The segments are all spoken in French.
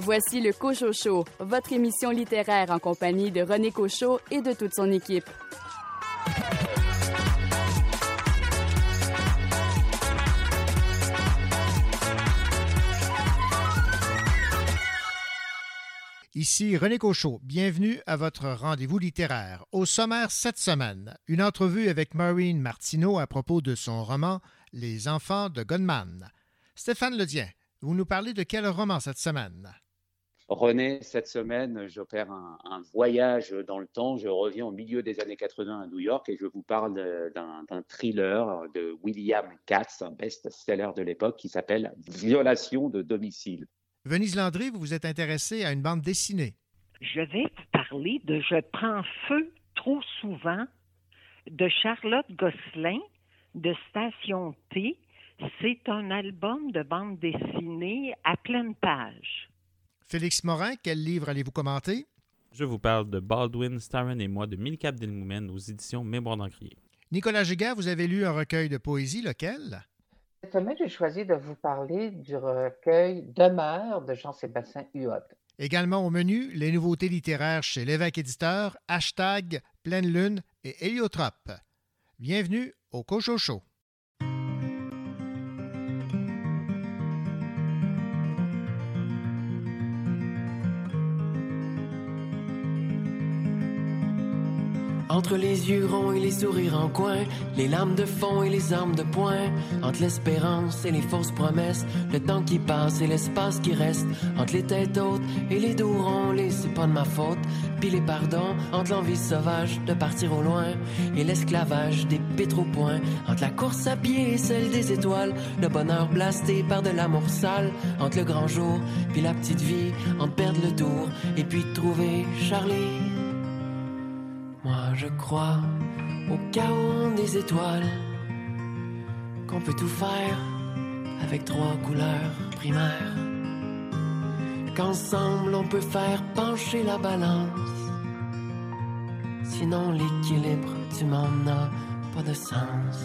Voici le Cochot Show, votre émission littéraire en compagnie de René Cochot et de toute son équipe. Ici René Cochot, bienvenue à votre rendez-vous littéraire. Au sommaire cette semaine, une entrevue avec Maureen Martineau à propos de son roman « Les enfants de Gunman ». Stéphane Ledien, vous nous parlez de quel roman cette semaine? René, cette semaine, j'opère un voyage dans le temps. Je reviens au milieu des années 80 à New York et je vous parle d'un thriller de William Katz, un best-seller de l'époque qui s'appelle « Violation de domicile ». Venise Landry, vous vous êtes intéressée à une bande dessinée. Je vais vous parler de « Je prends feu trop souvent » de Charlotte Gosselin de Station T. C'est un album de bande dessinée à pleine page. Félix Morin, quel livre allez-vous commenter? Je vous parle de Baldwin, Starren et moi de Milka Abdelmoumen aux éditions Mémoire d'Encrier. Nicolas Giguère, vous avez lu un recueil de poésie, lequel? Cette semaine, j'ai choisi de vous parler du recueil Demeure de Jean-Sébastien Huot. Également au menu, les nouveautés littéraires chez l'Évêque Éditeur, Hashtag, Pleine Lune et Héliotrope. Bienvenue au Cochot Show. Entre les yeux ronds et les sourires en coin, les lames de fond et les armes de poing, entre l'espérance et les fausses promesses, le temps qui passe et l'espace qui reste, entre les têtes hautes et les dos ronds, les c'est pas de ma faute, puis les pardons, entre l'envie sauvage de partir au loin et l'esclavage des pitres au point, entre la course à pied et celle des étoiles, le bonheur blasté par de l'amour sale, entre le grand jour puis la petite vie, entre perdre le tour et puis trouver Charlie. Moi je crois au chaos des étoiles, qu'on peut tout faire avec 3 couleurs primaires, qu'ensemble on peut faire pencher la balance, sinon l'équilibre du monde n'a pas de sens.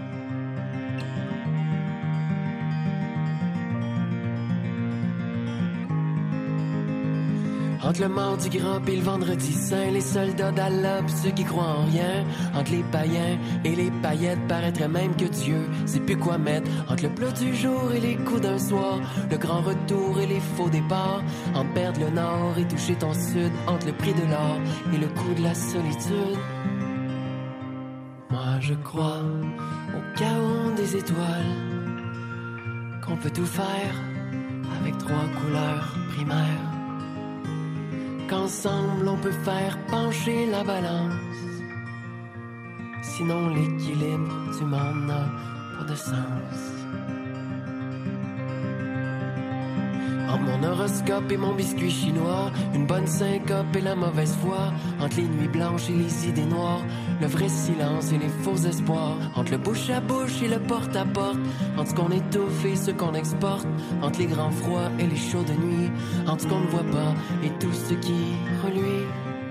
Entre le mardi gras et le vendredi saint, les soldats d'Allah pis ceux qui croient en rien, entre les païens et les paillettes, paraîtrait même que Dieu sait plus quoi mettre, entre le plat du jour et les coups d'un soir, le grand retour et les faux départs, entre perdre le nord et toucher ton sud, entre le prix de l'or et le coût de la solitude. Moi je crois au chaos des étoiles, qu'on peut tout faire avec 3 couleurs primaires, qu'ensemble on peut faire pencher la balance, sinon l'équilibre du monde n'a pas de sens. Entre mon horoscope et mon biscuit chinois, une bonne syncope et la mauvaise foi, entre les nuits blanches et les idées noires, le vrai silence et les faux espoirs, entre le bouche à bouche et le porte à porte, entre ce qu'on étouffe et ce qu'on exporte, entre les grands froids et les chauds de nuit, entre ce qu'on ne voit pas et tout ce qui reluit.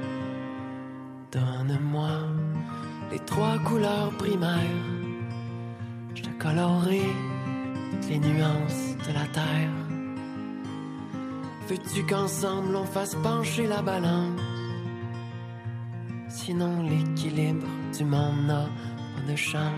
Donne-moi les 3 couleurs primaires, je te colorerai toutes les nuances de la terre. Veux-tu qu'ensemble on fasse pencher la balance, sinon l'équilibre du monde n'a pas de chance.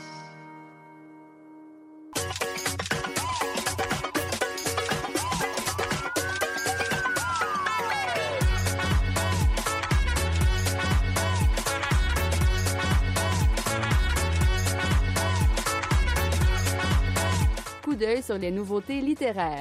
Coup d'œil sur les nouveautés littéraires.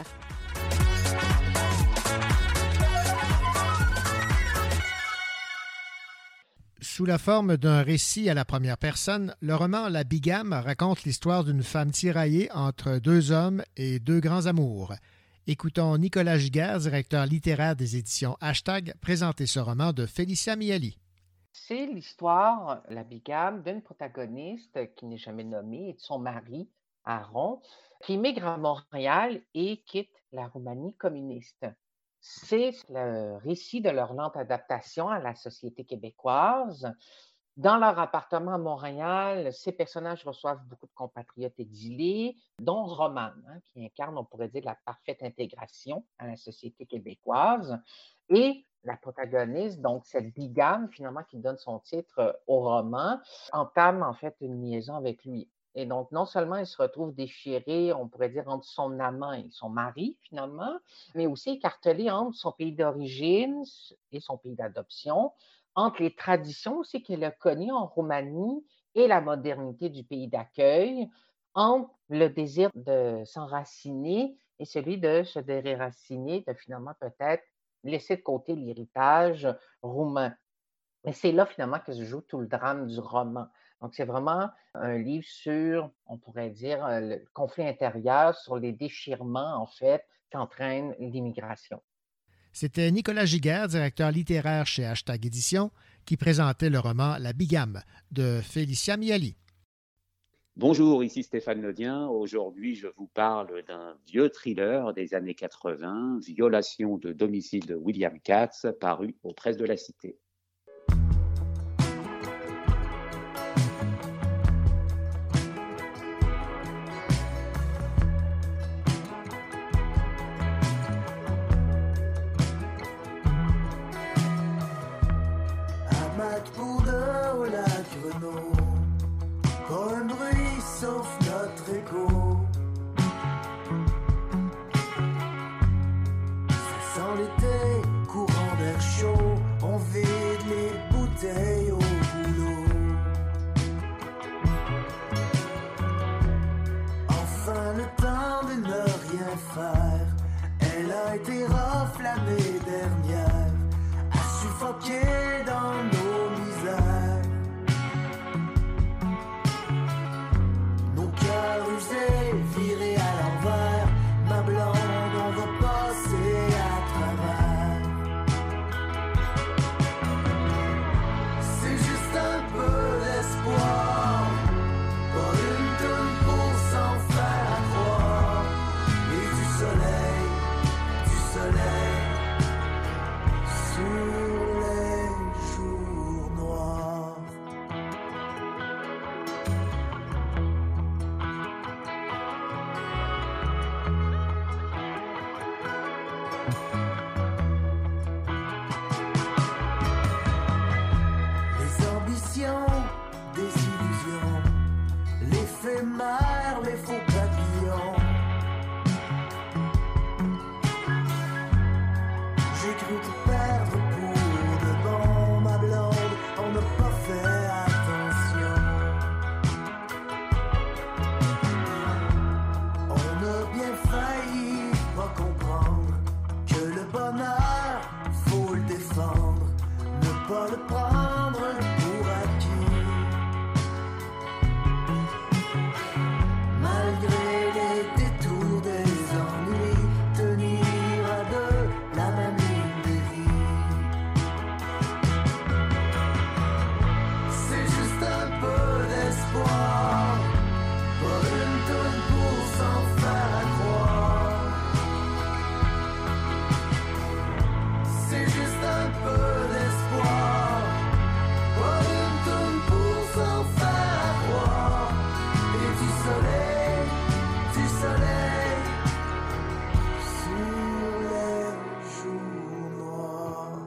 Sous la forme d'un récit à la première personne, le roman La Bigame raconte l'histoire d'une femme tiraillée entre 2 hommes et 2 grands amours. Écoutons Nicolas Giguère, directeur littéraire des éditions Hashtag, présenter ce roman de Félicia Miali. C'est l'histoire, La Bigame, d'une protagoniste qui n'est jamais nommée et de son mari, Aaron, qui migre à Montréal et quitte la Roumanie communiste. C'est le récit de leur lente adaptation à la société québécoise, Dans leur appartement à Montréal, ces personnages reçoivent beaucoup de compatriotes exilés, dont Roman, qui incarne, on pourrait dire, la parfaite intégration à la société québécoise. Et la protagoniste, donc cette bigame, finalement, qui donne son titre au roman, entame en fait une liaison avec lui. Et donc, non seulement elle se retrouve déchirée, on pourrait dire, entre son amant et son mari, finalement, mais aussi écartelée entre son pays d'origine et son pays d'adoption, entre les traditions aussi qu'elle a connues en Roumanie et la modernité du pays d'accueil, entre le désir de s'enraciner et celui de se déraciner, de finalement peut-être laisser de côté l'héritage roumain. Mais c'est là finalement que se joue tout le drame du roman. Donc c'est vraiment un livre sur, on pourrait dire, le conflit intérieur, sur les déchirements en fait qu'entraîne l'immigration. C'était Nicolas Giguère, directeur littéraire chez Hashtag Éditions, qui présentait le roman La Bigame de Félicia Miali. Bonjour, ici Stéphane Ledien. Aujourd'hui, je vous parle d'un vieux thriller des années 80, Violation de domicile de William Katz, paru aux Presses de la Cité. Sauf notre écho. Ça sent l'été, courant d'air chaud. On vide les bouteilles au boulot. Enfin le temps de ne rien faire. Elle a été rough l'année dernière, à suffoquer dans nos misères. Usé, viré à l'envers, ma blonde, on va passer à travers. C'est juste un peu d'espoir, pas une tonne pour s'en faire croire. Et du soleil sur les jours noirs. Des illusions, l'éphémère, les faux papillons. J'ai cru te perdre pour de bon, ma blonde, on n'a pas fait attention. On a bien failli pas comprendre que le bonheur, faut le défendre, ne pas le prendre pour acquis. Malgré les détours des ennuis, tenir à deux la même ligne de vie. C'est juste un peu d'espoir, pas une tonne pour s'en faire croire. C'est juste un peu d'espoir, pas une tonne pour s'en faire croire. Et du soleil sur les jours noirs.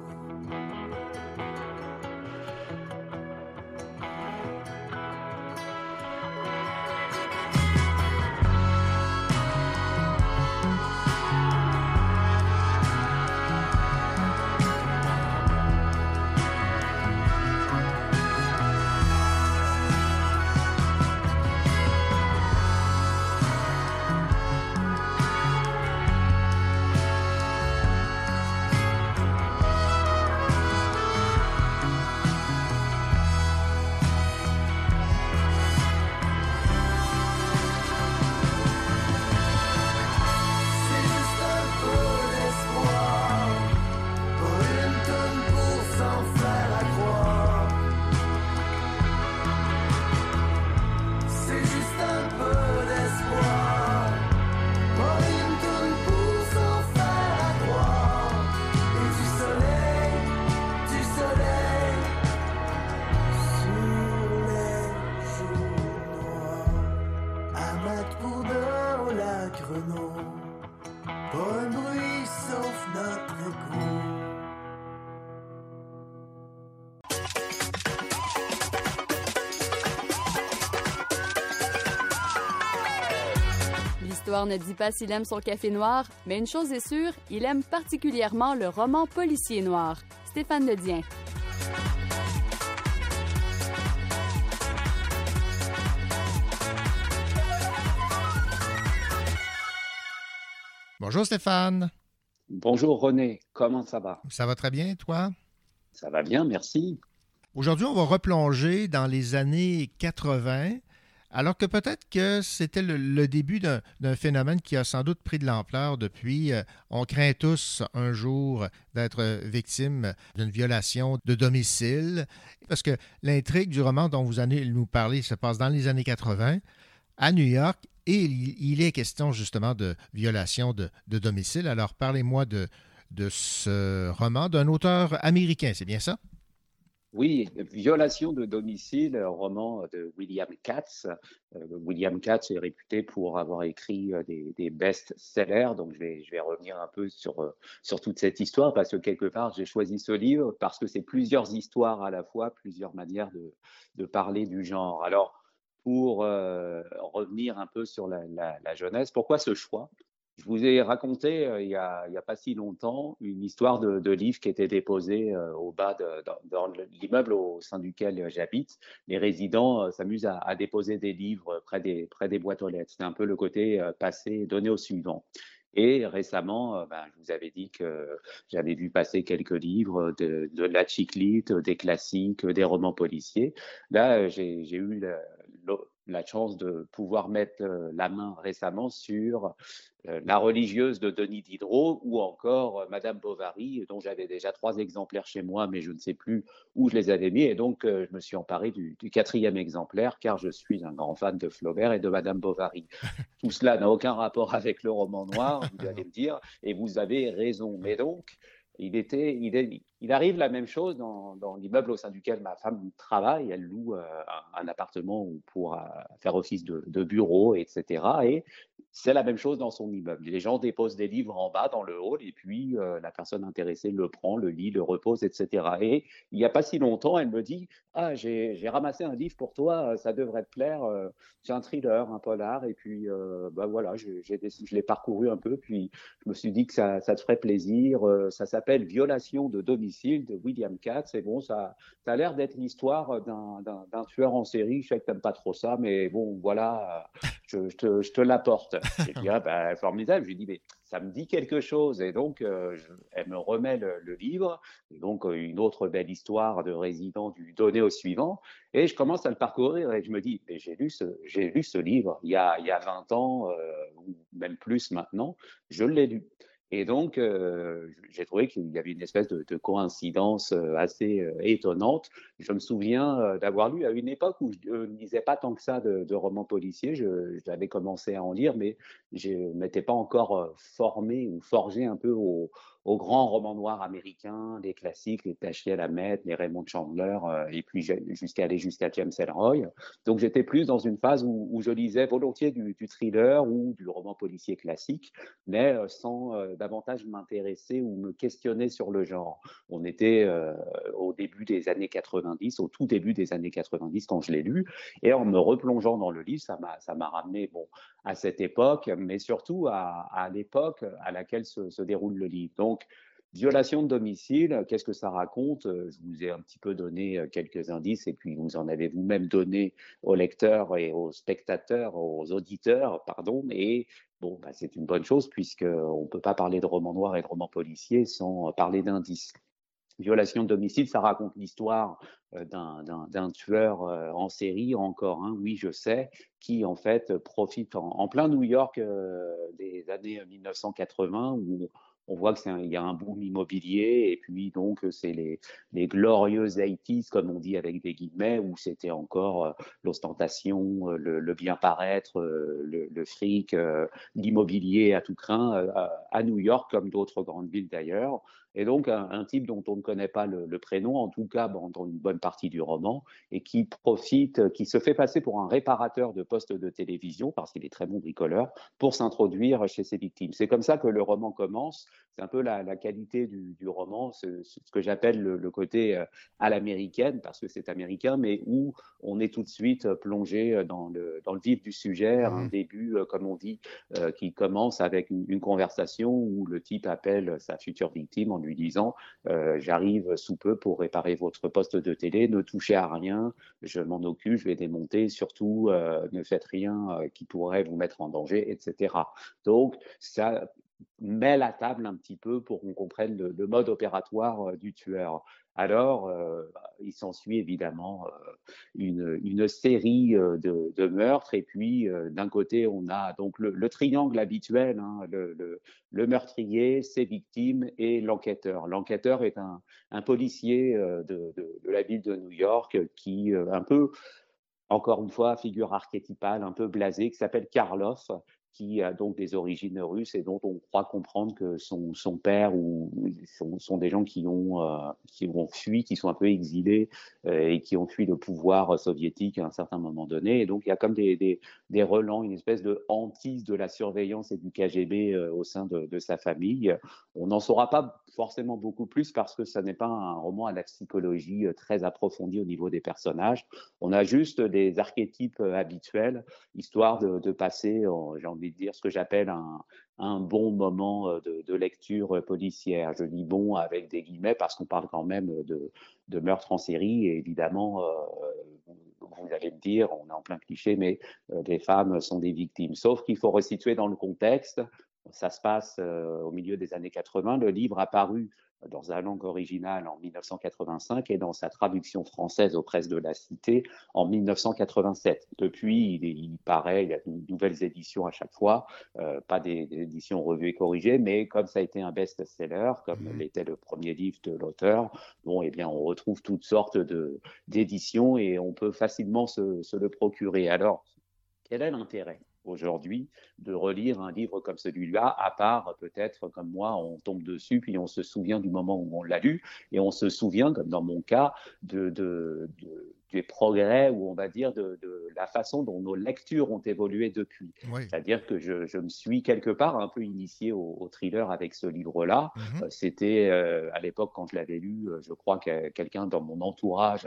l'histoire ne dit pas s'il aime son café noir, mais une chose est sûre, il aime particulièrement le roman policier noir. Stéphane Ledien. Bonjour Stéphane. Bonjour René, comment ça va? Ça va très bien, toi? Ça va bien, merci. Aujourd'hui, on va replonger dans les années 80, alors que peut-être que c'était le début d'un phénomène qui a sans doute pris de l'ampleur depuis. On craint tous un jour d'être victime d'une violation de domicile, parce que l'intrigue du roman dont vous allez nous parler se passe dans les années 80 à New York, et il est question justement de violation de domicile. Alors parlez-moi de ce roman d'un auteur américain, c'est bien ça? Oui, Violation de domicile, roman de William Katz. William Katz est réputé pour avoir écrit des best-sellers, donc je vais revenir un peu sur toute cette histoire, parce que quelque part, j'ai choisi ce livre parce que c'est plusieurs histoires à la fois, plusieurs manières de parler du genre. Alors, pour revenir un peu sur la jeunesse, pourquoi ce choix? Je vous ai raconté il y a pas si longtemps une histoire de livre qui était déposé au bas dans l'immeuble au sein duquel j'habite. Les résidents s'amusent à déposer des livres près des boîtes aux lettres. C'est un peu le côté passer, donner au suivant. Et récemment, je vous avais dit que j'avais vu passer quelques livres de la chick-lit, des classiques, des romans policiers. Là, j'ai eu la chance de pouvoir mettre la main récemment sur La religieuse de Denis Diderot ou encore Madame Bovary, dont j'avais déjà 3 exemplaires chez moi, mais je ne sais plus où je les avais mis. Et donc, je me suis emparé du 4e exemplaire, car je suis un grand fan de Flaubert et de Madame Bovary. Tout cela n'a aucun rapport avec le roman noir, vous allez me dire, et vous avez raison. Mais donc, il arrive la même chose dans l'immeuble au sein duquel ma femme travaille. Elle loue un appartement pour faire office de bureau, etc. Et c'est la même chose dans son immeuble. Les gens déposent des livres en bas dans le hall et puis la personne intéressée le prend, le lit, le repose, etc. Et il n'y a pas si longtemps, elle me dit « Ah, j'ai ramassé un livre pour toi, ça devrait te plaire. C'est un thriller, un polar. » Et puis voilà, je l'ai parcouru un peu, puis je me suis dit que ça te ferait plaisir. Ça s'appelle Violation de domicile de William Katz. Et bon, ça a l'air d'être l'histoire d'un tueur en série. Je sais que tu n'aimes pas trop ça, mais bon, voilà, je te l'apporte. Et puis, formidable. Je lui dis, mais ça me dit quelque chose. Et donc, elle me remet le livre. Et donc, une autre belle histoire de résident du donné au suivant. Et je commence à le parcourir et je me dis, mais j'ai lu ce livre il y a 20 ans, ou même plus maintenant. Je l'ai lu. Et donc, j'ai trouvé qu'il y avait une espèce de coïncidence assez étonnante. Je me souviens d'avoir lu à une époque où je ne lisais pas tant que ça de romans policiers. J'avais commencé à en lire, mais je ne m'étais pas encore formé ou forgé un peu aux grands romans noirs américains, les classiques, les Dashiell Hammett, les Raymond Chandler, et puis jusqu'à James Ellroy. Donc j'étais plus dans une phase où je lisais volontiers du thriller ou du roman policier classique, mais sans davantage m'intéresser ou me questionner sur le genre. On était au début des années 90, au tout début des années 90 quand je l'ai lu, et en me replongeant dans le livre, ça m'a ramené à cette époque, mais surtout à l'époque à laquelle se déroule le livre. Donc, Violation de domicile, qu'est-ce que ça raconte? Je vous ai un petit peu donné quelques indices et puis vous en avez vous-même donné aux lecteurs et aux spectateurs, aux auditeurs, pardon. Et bon, c'est une bonne chose puisqu'on ne peut pas parler de roman noir et de roman policier sans parler d'indices. Violation de domicile, ça raconte l'histoire d'un tueur en série, encore un, oui, je sais, qui en fait profite en plein New York des années 1980 où on voit qu'il y a un boom immobilier et puis donc c'est les glorieuses 80s, comme on dit avec des guillemets, où c'était encore l'ostentation, le bien paraître, le fric, l'immobilier à tout crin à New York, comme d'autres grandes villes d'ailleurs. Et donc, un type dont on ne connaît pas le prénom, en tout cas dans une bonne partie du roman, et qui se fait passer pour un réparateur de postes de télévision, parce qu'il est très bon bricoleur, pour s'introduire chez ses victimes. C'est comme ça que le roman commence. C'est un peu la qualité du roman, ce que j'appelle le côté à l'américaine, parce que c'est américain, mais où on est tout de suite plongé dans le vif du sujet, un début, comme on dit, qui commence avec une conversation où le type appelle sa future victime en lui disant j'arrive sous peu pour réparer votre poste de télé, ne touchez à rien, je m'en occupe, je vais démonter, surtout ne faites rien qui pourrait vous mettre en danger, etc. Donc ça met la table un petit peu pour qu'on comprenne le mode opératoire du tueur. Alors, il s'ensuit évidemment une série de meurtres, et puis d'un côté, on a donc le triangle habituel, hein, le meurtrier, ses victimes et l'enquêteur. L'enquêteur est un policier de la ville de New York qui, un peu, encore une fois, figure archétypale, un peu blasée, qui s'appelle Karloff, qui a donc des origines russes et dont on croit comprendre que son père sont des gens qui ont fui, qui sont un peu exilés et qui ont fui le pouvoir soviétique à un certain moment donné. Et donc, il y a comme des relents, une espèce de hantise de la surveillance et du KGB au sein de sa famille. On n'en saura pas forcément beaucoup plus parce que ce n'est pas un roman à la psychologie très approfondie au niveau des personnages. On a juste des archétypes habituels, histoire de passer, j'ai envie de dire, ce que j'appelle un bon moment de lecture policière. Je dis bon avec des guillemets parce qu'on parle quand même de meurtre en série, et évidemment, vous allez me dire, on est en plein cliché, mais les femmes sont des victimes. Sauf qu'il faut resituer dans le contexte. Ça se passe au milieu des années 80. Le livre a paru dans sa langue originale en 1985 et dans sa traduction française aux presses de la Cité en 1987. Depuis, il paraît, il y a de nouvelles éditions à chaque fois, pas des éditions revues et corrigées, mais comme ça a été un best-seller, comme l'était le premier livre de l'auteur, bon, eh bien, on retrouve toutes sortes d'éditions et on peut facilement se le procurer. Alors, quel est l'intérêt aujourd'hui de relire un livre comme celui-là, à part peut-être comme moi, on tombe dessus, puis on se souvient du moment où on l'a lu, et on se souvient, comme dans mon cas, des progrès, ou on va dire de la façon dont nos lectures ont évolué depuis. Oui. C'est-à-dire que je me suis quelque part un peu initié au thriller avec ce livre-là. C'était à l'époque, quand je l'avais lu, je crois que quelqu'un dans mon entourage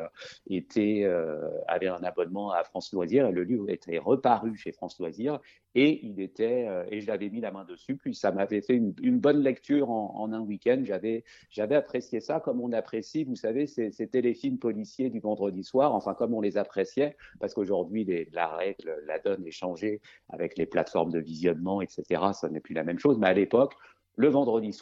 avait un abonnement à France Loisirs, et le livre était reparu chez France Loisirs, et et je l'avais mis la main dessus, puis ça m'avait fait une bonne lecture en un week-end. J'avais apprécié ça comme on apprécie, vous savez, ces téléfilms policiers du vendredi soir, enfin comme on les appréciait, parce qu'aujourd'hui la donne est changée avec les plateformes de visionnement, etc. Ça n'est plus la même chose, mais à l'époque, un vendredi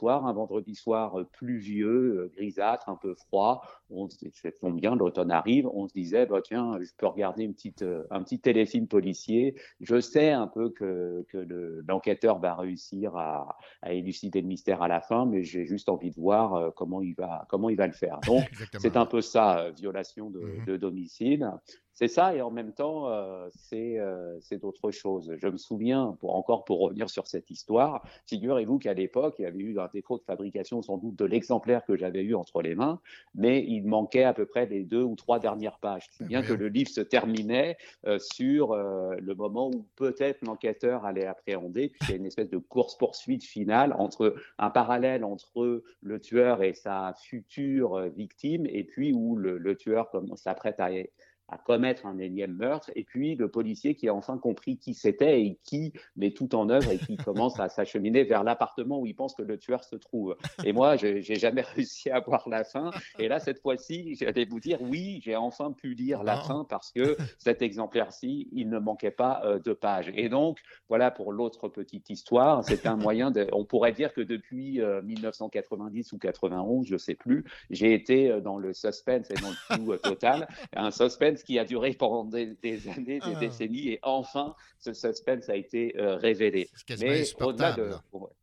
soir pluvieux, grisâtre, un peu froid, ça tombe bien, l'automne arrive, on se disait, tiens, je peux regarder un petit téléfilm policier, je sais un peu que l'enquêteur va réussir à élucider le mystère à la fin, mais j'ai juste envie de voir comment il va le faire. Donc, c'est un peu ça, violation de domicile. C'est ça, et en même temps, c'est autre chose. Je me souviens, pour revenir sur cette histoire, figurez-vous qu'à l'époque, il y avait eu un défaut de fabrication sans doute de l'exemplaire que j'avais eu entre les mains, mais il manquait à peu près les 2 ou 3 dernières pages. Si bien que le livre se terminait sur le moment où peut-être l'enquêteur allait appréhender, puis il y a une espèce de course-poursuite finale, un parallèle entre le tueur et sa future victime, et puis où le tueur s'apprête à commettre un énième meurtre, et puis le policier qui a enfin compris qui c'était et qui met tout en œuvre et qui commence à s'acheminer vers l'appartement où il pense que le tueur se trouve. Et moi, j'ai jamais réussi à voir la fin, et là, cette fois-ci, j'allais vous dire, oui, j'ai enfin pu lire la fin, parce que cet exemplaire-ci, il ne manquait pas de pages. Et donc, voilà pour l'autre petite histoire, c'est un moyen on pourrait dire que depuis 1990 ou 91, je sais plus, j'ai été dans le suspense et dans le flou total, un suspense qui a duré pendant des années, des décennies, et enfin, ce suspense a été révélé. Mais au-delà de...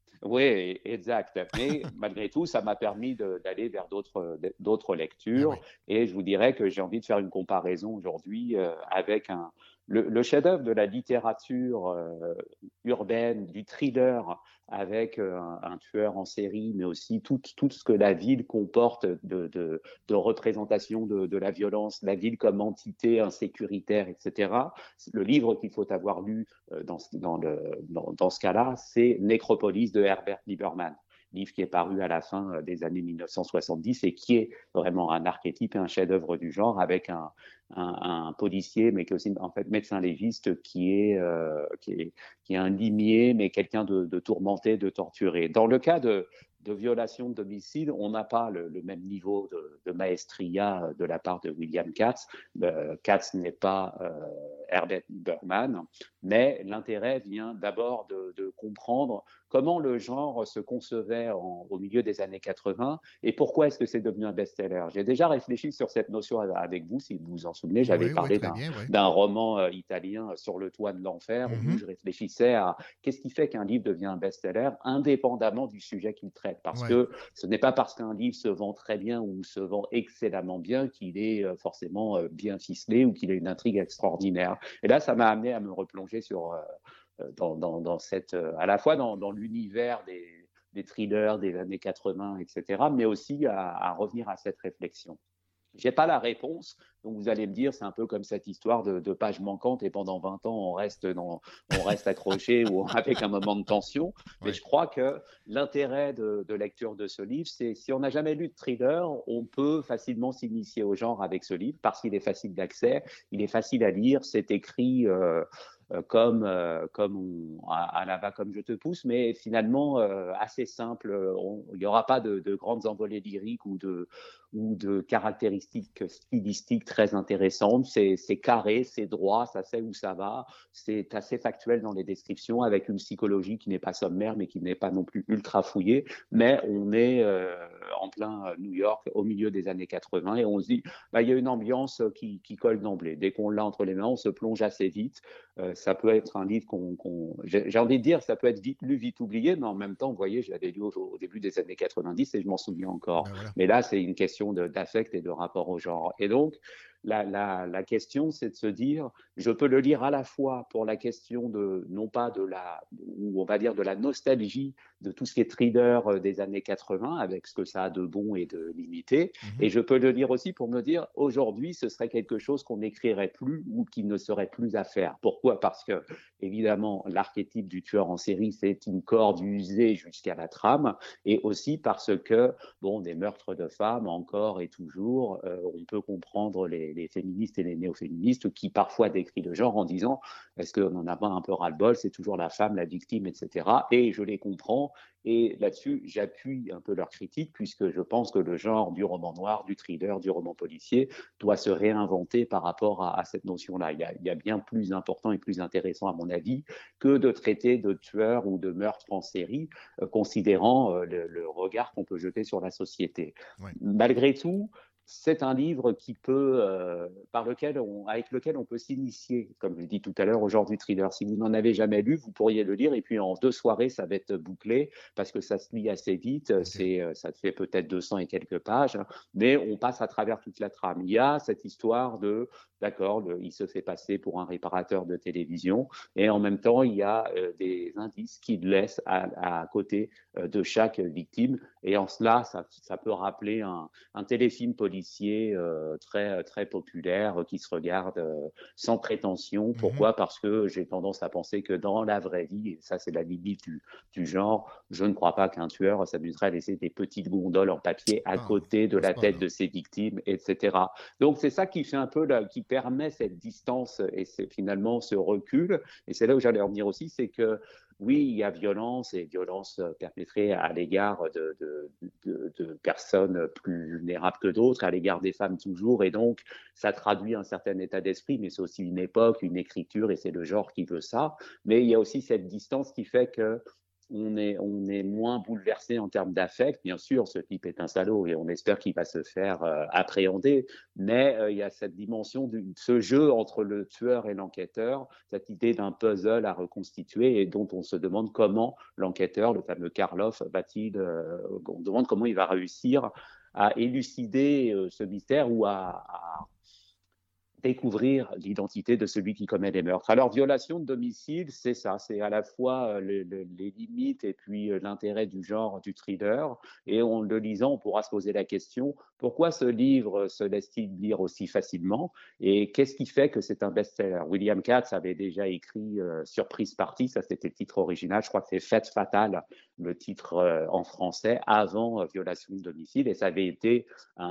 Oui, exact. Mais malgré tout, ça m'a permis d'aller vers d'autres lectures. Et je vous dirais que j'ai envie de faire une comparaison aujourd'hui avec le chef-d'œuvre de la littérature urbaine, du thriller, avec un tueur en série, mais aussi tout ce que la ville comporte de représentation de la violence, la ville comme entité insécuritaire, etc. Le livre qu'il faut avoir lu dans ce cas-là, c'est Nécropolis de Herbert Lieberman, livre qui est paru à la fin des années 1970 et qui est vraiment un archétype et un chef-d'œuvre du genre, avec un policier, mais qui est aussi en fait médecin légiste, qui est un limier, mais quelqu'un de tourmenté, de torturé. Dans le cas de violation, d'homicide, on n'a pas le même niveau de maestria de la part de William Katz. Katz n'est pas Herbert Lieberman, mais l'intérêt vient d'abord de comprendre comment le genre se concevait au milieu des années 80 et pourquoi est-ce que c'est devenu un best-seller. J'ai déjà réfléchi sur cette notion avec vous, si vous vous en souvenez. J'avais parlé d'un roman italien, Sur le toit de l'enfer, où je réfléchissais à qu'est-ce qui fait qu'un livre devient un best-seller indépendamment du sujet qu'il traite. Parce que ce n'est pas parce qu'un livre se vend très bien ou se vend excellemment bien qu'il est forcément bien ficelé ou qu'il a une intrigue extraordinaire. Et là, ça m'a amené à me replonger dans cette, à la fois dans l'univers des thrillers des années 80, etc., mais aussi à revenir à cette réflexion. Je n'ai pas la réponse, donc vous allez me dire, c'est un peu comme cette histoire de page manquante et pendant 20 ans, on reste accroché ou avec un moment de tension. Mais je crois que l'intérêt de lecture de ce livre, c'est si on n'a jamais lu de thriller, on peut facilement s'initier au genre avec ce livre parce qu'il est facile d'accès, il est facile à lire, c'est écrit comme à la va comme je te pousse, mais finalement assez simple. Il n'y aura pas de grandes envolées lyriques ou de caractéristiques stylistiques très intéressantes. C'est carré, c'est droit, ça sait où ça va. C'est assez factuel dans les descriptions, avec une psychologie qui n'est pas sommaire, mais qui n'est pas non plus ultra fouillée. Mais on est en plein New York, au milieu des années 80, et on se dit, il y a une ambiance qui colle d'emblée. Dès qu'on l'a entre les mains, on se plonge assez vite. Ça peut être un livre j'ai envie de dire, ça peut être vite lu, vite oublié, mais en même temps, vous voyez, je l'avais lu au début des années 90 et je m'en souviens encore. Voilà. Mais là, c'est une question d'affect et de rapport au genre. Et donc, la question, c'est de se dire, je peux le lire à la fois pour la question non pas ou on va dire de la nostalgie de tout ce qui est thriller des années 80, avec ce que ça a de bon et de limité, et je peux le lire aussi pour me dire, aujourd'hui, ce serait quelque chose qu'on n'écrirait plus ou qui ne serait plus à faire. Pourquoi ? Parce que, évidemment, l'archétype du tueur en série, c'est une corde usée jusqu'à la trame, et aussi parce que, des meurtres de femmes, encore et toujours, on peut comprendre les féministes et les néo-féministes qui parfois décrivent le genre en disant est-ce qu'on n'en a pas un peu ras-le-bol, c'est toujours la femme, la victime, etc. Et je les comprends, et là-dessus j'appuie un peu leur critique, puisque je pense que le genre du roman noir, du thriller, du roman policier doit se réinventer par rapport à cette notion-là. Il y a bien plus important et plus intéressant à mon avis que de traiter de tueurs ou de meurtres en série, considérant le regard qu'on peut jeter sur la société. Ouais. Malgré tout, c'est un livre qui peut, avec lequel on peut s'initier, comme je l'ai dit tout à l'heure, au genre du thriller. Si vous n'en avez jamais lu, vous pourriez le lire et puis en 2 soirées, ça va être bouclé parce que ça se lit assez vite. Okay. Ça fait peut-être 200 et quelques pages, mais on passe à travers toute la trame. Il y a cette histoire il se fait passer pour un réparateur de télévision et en même temps, il y a des indices qu'il laisse à côté de chaque victime. Et en cela, ça peut rappeler un téléfilm policier très, très populaire qui se regarde sans prétention. Pourquoi ? Parce que j'ai tendance à penser que dans la vraie vie, et ça c'est la limite du genre, je ne crois pas qu'un tueur s'amuserait à laisser des petites gondoles en papier à côté de la tête de ses victimes, etc. Donc c'est ça qui fait un peu, qui permet cette distance et c'est finalement ce recul. Et c'est là où j'allais en venir aussi, c'est que oui, il y a violence et violence perpétrée à l'égard de personnes plus vulnérables que d'autres, à l'égard des femmes toujours, et donc ça traduit un certain état d'esprit, mais c'est aussi une époque, une écriture, et c'est le genre qui veut ça. Mais il y a aussi cette distance qui fait que on est moins bouleversé en termes d'affect. Bien sûr, ce type est un salaud et on espère qu'il va se faire appréhender, mais il y a cette dimension de ce jeu entre le tueur et l'enquêteur, cette idée d'un puzzle à reconstituer et dont on se demande comment l'enquêteur, le fameux Karloff, on demande comment il va réussir à élucider ce mystère ou à découvrir l'identité de celui qui commet les meurtres. Alors, violation de domicile, c'est ça, c'est à la fois les limites et puis l'intérêt du genre du thriller. Et en le lisant, on pourra se poser la question, pourquoi ce livre se laisse-t-il lire aussi facilement et qu'est-ce qui fait que c'est un best-seller? William Katz avait déjà écrit Surprise Party, ça c'était le titre original, je crois que c'est Fête fatale, le titre en français, avant Violation de domicile, et ça avait été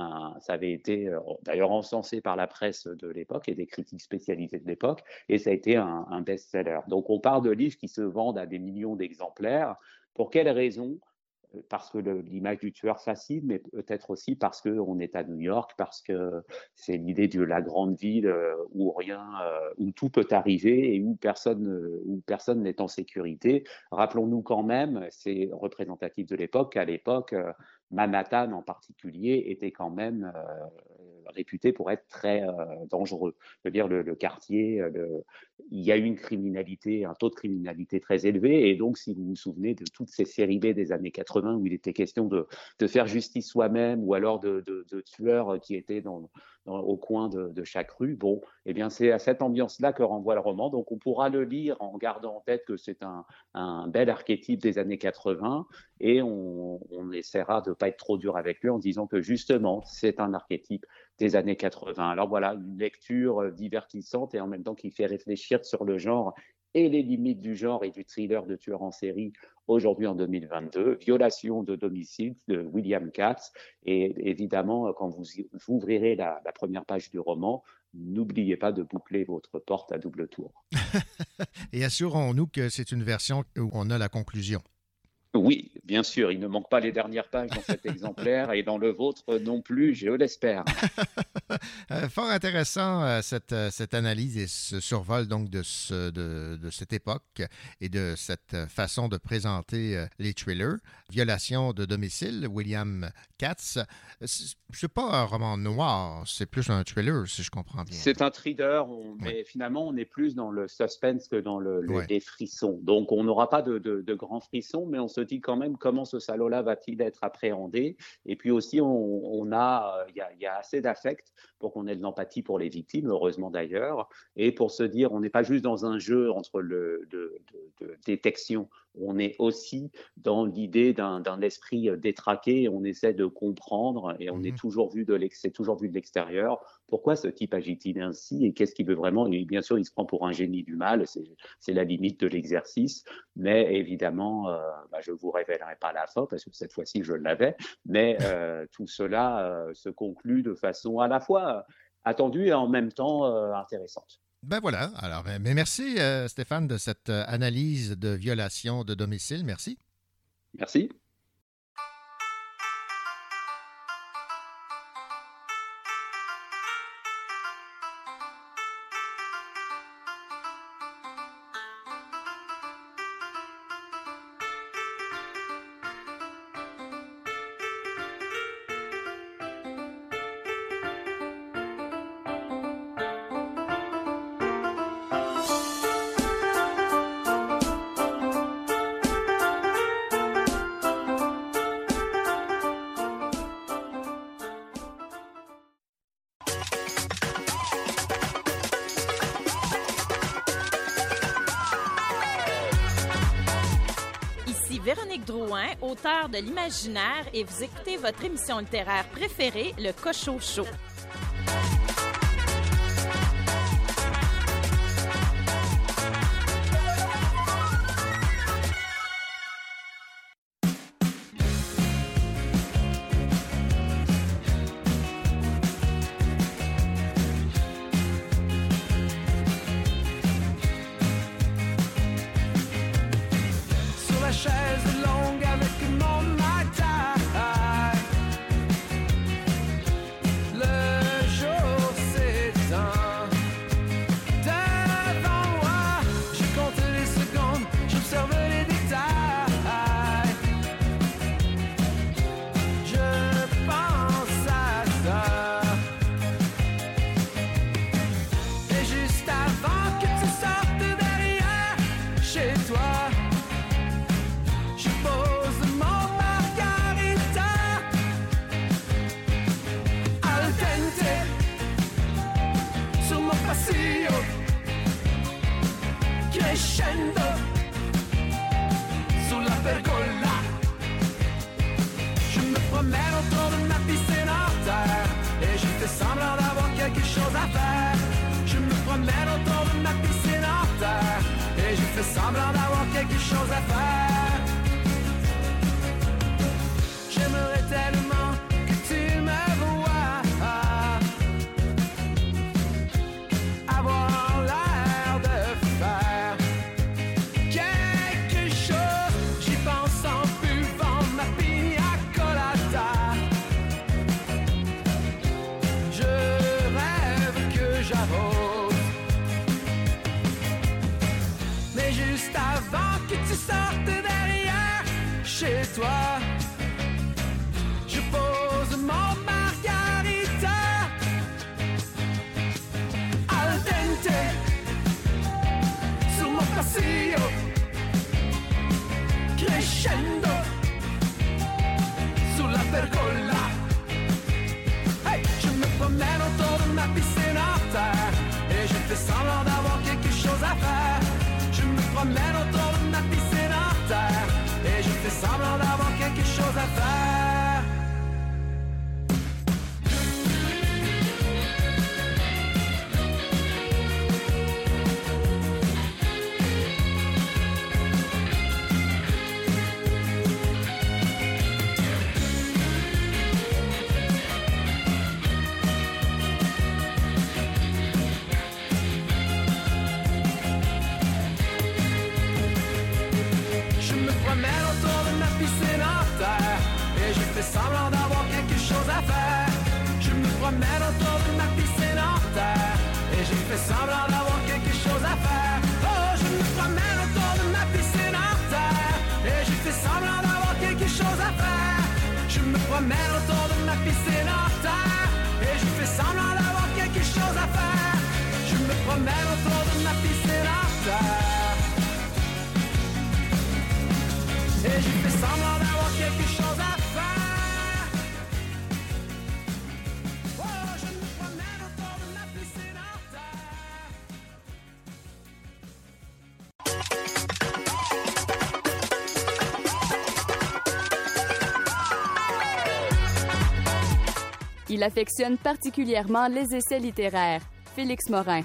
d'ailleurs encensé par la presse de l'époque et des critiques spécialisées de l'époque, et ça a été un best-seller. Donc on parle de livres qui se vendent à des millions d'exemplaires. Pour quelles raisons? Parce que l'image du tueur fascine, mais peut-être aussi parce qu'on est à New York, parce que c'est l'idée de la grande ville où tout peut arriver et où personne n'est en sécurité. Rappelons-nous quand même, c'est représentatif de l'époque, qu'à l'époque, Manhattan en particulier était quand même réputé pour être très dangereux. Je veux dire, le quartier, il y a eu un taux de criminalité très élevé, et donc si vous vous souvenez de toutes ces séries B des années 80 où il était question de faire justice soi-même, ou alors de tueurs qui étaient au coin de chaque rue, bon, eh bien c'est à cette ambiance-là que renvoie le roman. Donc on pourra le lire en gardant en tête que c'est un bel archétype des années 80, et on essaiera de ne pas être trop dur avec lui en disant que justement c'est un archétype des années 80. Alors voilà, une lecture divertissante et en même temps qui fait réfléchir sur le genre et les limites du genre et du thriller de tueur en série aujourd'hui en 2022. Violation de domicile de William Katz. Et évidemment, quand vous ouvrirez la première page du roman, n'oubliez pas de boucler votre porte à double tour. Et assurons-nous que c'est une version où on a la conclusion. Oui, bien sûr, il ne manque pas les dernières pages dans cet exemplaire et dans le vôtre non plus, je l'espère. Fort intéressant cette analyse et ce survol donc de cette époque et de cette façon de présenter les thrillers. Violation de domicile, William Katz. C'est pas un roman noir, c'est plus un thriller, si je comprends bien. C'est un thriller, mais finalement, on est plus dans le suspense que dans les frissons. Donc, on n'aura pas de grands frissons, mais on se dit quand même comment ce salaud-là va-t-il être appréhendé. Et puis aussi, il y a assez d'affect pour qu'on ait de l'empathie pour les victimes, heureusement d'ailleurs, et pour se dire, on n'est pas juste dans un jeu entre de détection, on est aussi dans l'idée d'un esprit détraqué, on essaie de comprendre et on est toujours vu de l'extérieur. Pourquoi ce type agit-il ainsi et qu'est-ce qu'il veut vraiment? Et bien sûr, il se prend pour un génie du mal, c'est la limite de l'exercice, mais évidemment, je ne vous révélerai pas la fin parce que cette fois-ci, je l'avais, mais tout cela se conclut de façon à la fois attendue et en même temps intéressante. Ben voilà. Alors, mais merci Stéphane de cette analyse de violation de domicile. Merci. Merci. Véronique Drouin, auteure de l'Imaginaire, et vous écoutez votre émission littéraire préférée, le Cochot Show. Love crescendo sulla pergola. Je me promène autour de ma piscine en terre et je fais semblant d'avoir quelque chose à faire. Je me promène autour de ma piscine en terre et je fais semblant d'avoir quelque chose à faire. J'aimerais tellement que tu me vois avoir l'air de faire quelque chose. J'y pense en buvant ma pina colada. Je rêve que j'arrose, mais juste avant que tu sortes derrière chez toi, je pose mon margarita al dente sur mon pasillo, crescendo sulla pergola. Hey, je me promène autour de ma piscine en terre et je fais semblant d'avoir quelque chose à faire. Je me promène autour de ma piscine en terre et je fais semblant d'avoir quelque chose à faire. Je me promène autour de ma piscine en terre et je fais semblant d'avoir quelque chose à faire. Je me promène autour de ma piscine en terre et je fais semblant d'avoir quelque chose à faire. Oh, je me promène autour de ma piscine en terre et je fais semblant d'avoir quelque chose à faire. Je me promène autour de ma piscine en terre et je fais semblant d'avoir quelque chose à faire. Je me promène autour de ma piscine en terre et je fais semblant d'avoir quelque chose à faire. Oh, je me promène autour de ma piscine en terre. Il affectionne particulièrement les essais littéraires. Félix Morin.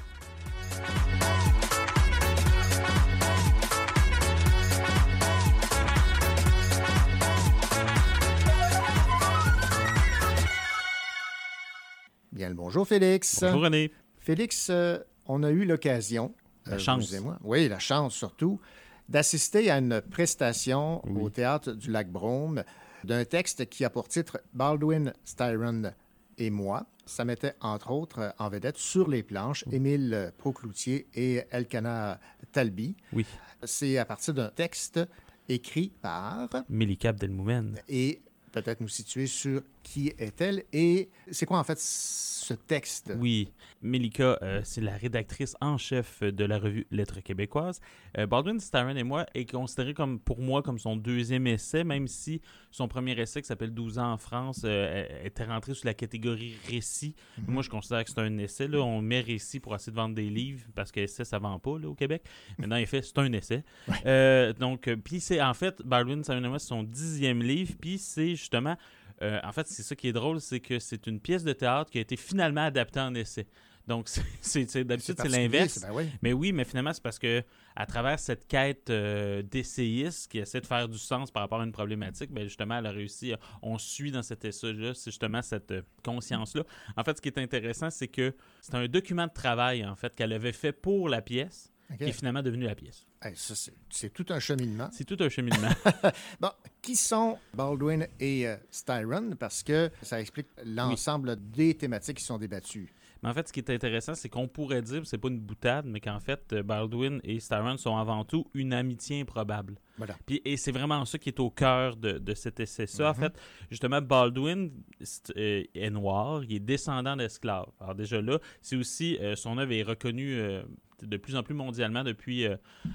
Bien le bonjour, Félix. Bonjour, René. Félix, on a eu l'occasion, La chance. vous et moi, oui, la chance surtout, d'assister à une prestation au Théâtre du Lac-Brome d'un texte qui a pour titre « Baldwin, Styron et moi ». Ça mettait, entre autres, en vedette sur les planches Émile Procloutier et Elkanah Talbi. Oui. C'est à partir d'un texte écrit par... Melika Abdelmoumen. Et peut-être nous situer sur qui est-elle et c'est quoi en fait ce texte? Oui, Melika, c'est la rédactrice en chef de la revue Lettres québécoises. Baldwin, Styron et moi est considéré comme, pour moi, comme son deuxième essai, même si son premier essai, qui s'appelle 12 ans en France, était rentré sous la catégorie récit. Moi, je considère que c'est un essai. Là. On met récit pour essayer de vendre des livres, parce que essai, ça ne vend pas là, au Québec. Mais dans les faits, c'est un essai. Ouais. Puis c'est en fait, Baldwin, Styron et moi, c'est son 10e livre, puis c'est justement... en fait, c'est ça qui est drôle, c'est que c'est une pièce de théâtre qui a été finalement adaptée en essai. Donc, d'habitude, c'est l'inverse. Ben oui. Mais oui, mais finalement, c'est parce que à travers cette quête d'essayiste qui essaie de faire du sens par rapport à une problématique, ben justement, elle a réussi. On suit dans cet essai-là, c'est justement cette conscience-là. En fait, ce qui est intéressant, c'est que c'est un document de travail, en fait, qu'elle avait fait pour la pièce, qui est finalement devenu la pièce. Hey, ça, c'est tout un cheminement. C'est tout un cheminement. Bon, qui sont Baldwin et Styron? Parce que ça explique l'ensemble des thématiques qui sont débattues. Mais en fait, ce qui est intéressant, c'est qu'on pourrait dire, c'est pas une boutade, mais qu'en fait, Baldwin et Styron sont avant tout une amitié improbable. Voilà. Et c'est vraiment ça qui est au cœur de cet essai-là. En fait, justement, Baldwin est noir, il est descendant d'esclaves. Alors déjà là, c'est aussi, son œuvre est reconnue de plus en plus mondialement depuis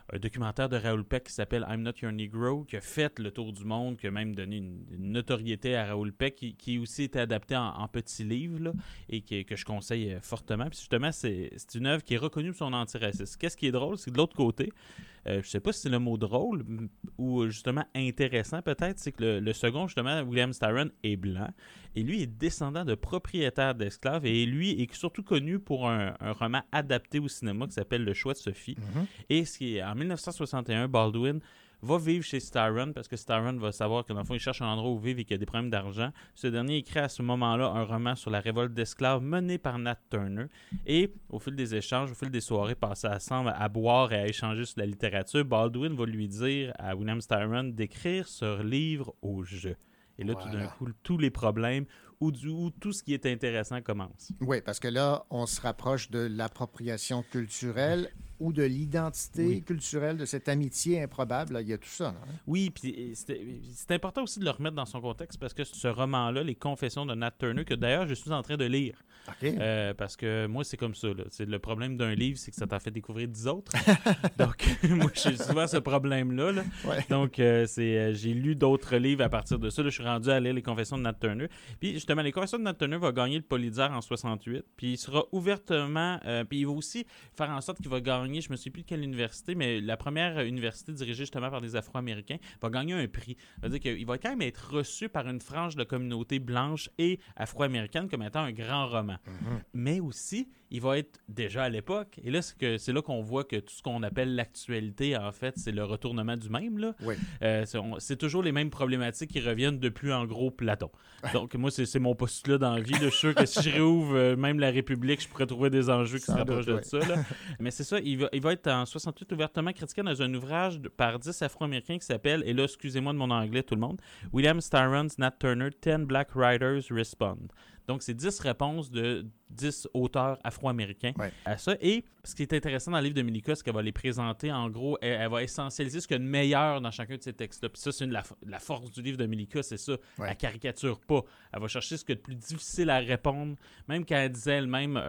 un documentaire de Raoul Peck qui s'appelle I'm Not Your Negro, qui a fait le tour du monde, qui a même donné une notoriété à Raoul Peck, qui aussi été adapté en petits livres, là, et que je conseille fortement. Puis justement, c'est une œuvre qui est reconnue pour son antiracisme. Qu'est-ce qui est drôle, c'est que de l'autre côté, je ne sais pas si c'est le mot drôle ou justement intéressant peut-être, c'est que le second, justement, William Styron, est blanc. Et lui est descendant de propriétaires d'esclaves. Et lui est surtout connu pour un roman adapté au cinéma qui s'appelle Le Choix de Sophie. Et en 1961, Baldwin va vivre chez Styron parce que Styron va savoir que dans le fond, il cherche un endroit où vivre et qu'il y a des problèmes d'argent. Ce dernier écrit à ce moment-là un roman sur la révolte d'esclaves menée par Nat Turner. Et au fil des échanges, au fil des soirées passées ensemble à boire et à échanger sur la littérature, Baldwin va lui dire à William Styron d'écrire ce livre au jeu. Et là, tout d'un coup, tous les problèmes ou tout ce qui est intéressant commence. Oui, parce que là, on se rapproche de l'appropriation culturelle ou de l'identité culturelle de cette amitié improbable. Là, il y a tout ça. Là, hein? Oui, puis c'est important aussi de le remettre dans son contexte parce que ce roman-là, Les Confessions de Nat Turner, que d'ailleurs, je suis en train de lire. OK. Parce que moi, c'est comme ça. Là. Le problème d'un livre, c'est que ça t'en fait découvrir 10 autres. Donc, moi, j'ai souvent ce problème-là. Là. Ouais. Donc, j'ai lu d'autres livres à partir de ça. Là, je suis rendu à lire Les Confessions de Nat Turner. Puis, justement, Les Confessions de Nat Turner va gagner le Pulitzer en 68. Puis, il sera ouvertement... puis, il va aussi faire en sorte qu'il va gagner, je ne me souviens plus de quelle université, mais la première université dirigée justement par des Afro-Américains va gagner un prix. Ça veut dire qu'il va quand même être reçu par une frange de la communauté blanche et afro-américaine comme étant un grand roman. Mais aussi, il va être déjà à l'époque, et là, c'est là qu'on voit que tout ce qu'on appelle l'actualité, en fait, c'est le retournement du même. Là. Oui. C'est toujours les mêmes problématiques qui reviennent depuis, en gros, Platon. Donc, moi, c'est mon postulat dans la vie. Là. Je suis sûr que si je réouvre même la République, je pourrais trouver des enjeux qui se rapprochent de ça. Là. Mais c'est ça, il va être en 68 ouvertement critiqué dans un ouvrage par 10 Afro-Américains qui s'appelle, et là, excusez-moi de mon anglais, tout le monde, William Styron's Nat Turner, 10 Black Writers Respond. Donc, c'est 10 réponses de 10 auteurs afro-américains à ça. Et ce qui est intéressant dans le livre de Milica, c'est qu'elle va les présenter, en gros, elle va essentialiser ce qu'il y a de meilleur dans chacun de ces textes-là. Puis ça, c'est la force du livre de Milica, c'est ça. Ouais. Elle caricature pas. Elle va chercher ce qu'il y a de plus difficile à répondre. Même quand elle disait elle-même...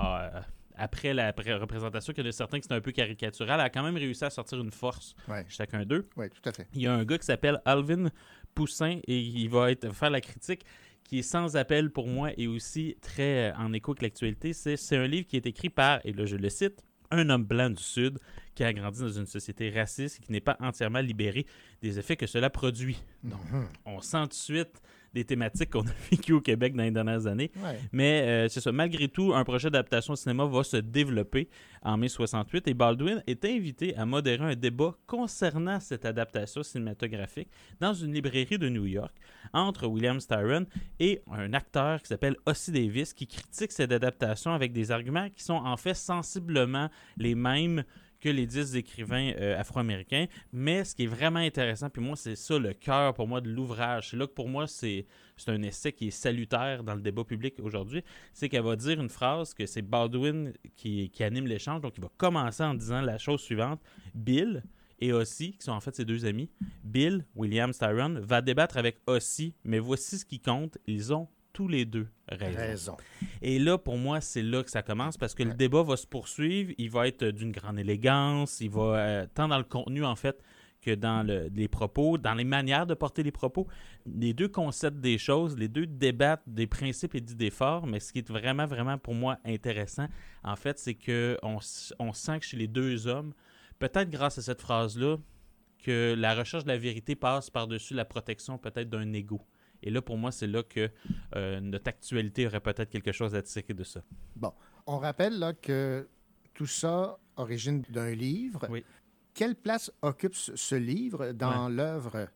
après la représentation, qu'il y en a certains qui c'était un peu caricatural, elle a quand même réussi à sortir une force chacun d'eux. Oui, tout à fait. Il y a un gars qui s'appelle Alvin Poussin et il va faire la critique qui est sans appel pour moi et aussi très en écho avec l'actualité. C'est un livre qui est écrit par, et là je le cite, un homme blanc du Sud qui a grandi dans une société raciste et qui n'est pas entièrement libéré des effets que cela produit. Donc, on sent tout de suite des thématiques qu'on a vécues au Québec dans les dernières années. Ouais. Mais c'est ça. Malgré tout, un projet d'adaptation au cinéma va se développer en mai 68 et Baldwin est invité à modérer un débat concernant cette adaptation cinématographique dans une librairie de New York entre William Styron et un acteur qui s'appelle Ossie Davis qui critique cette adaptation avec des arguments qui sont en fait sensiblement les mêmes que les 10 écrivains afro-américains, mais ce qui est vraiment intéressant, puis moi, c'est ça le cœur pour moi de l'ouvrage. C'est là que pour moi, c'est un essai qui est salutaire dans le débat public aujourd'hui, c'est qu'elle va dire une phrase que c'est Baldwin qui anime l'échange, donc il va commencer en disant la chose suivante. Bill et Ossie, qui sont en fait ses deux amis, Bill, William Styron, va débattre avec Ossie, mais voici ce qui compte, ils ont tous les deux raison. Et là, pour moi, c'est là que ça commence parce que le débat va se poursuivre. Il va être d'une grande élégance. Il va, tant dans le contenu, en fait, que dans les propos, dans les manières de porter les propos. Les deux concèdent des choses, les deux débattent des principes et d'idées forts, mais ce qui est vraiment, vraiment, pour moi, intéressant, en fait, c'est qu'on sent que chez les deux hommes, peut-être grâce à cette phrase-là, que la recherche de la vérité passe par-dessus la protection peut-être d'un ego. Et là, pour moi, c'est là que notre actualité aurait peut-être quelque chose à tirer de ça. Bon, on rappelle là, que tout ça origine d'un livre. Oui. Quelle place occupe ce livre dans l'œuvre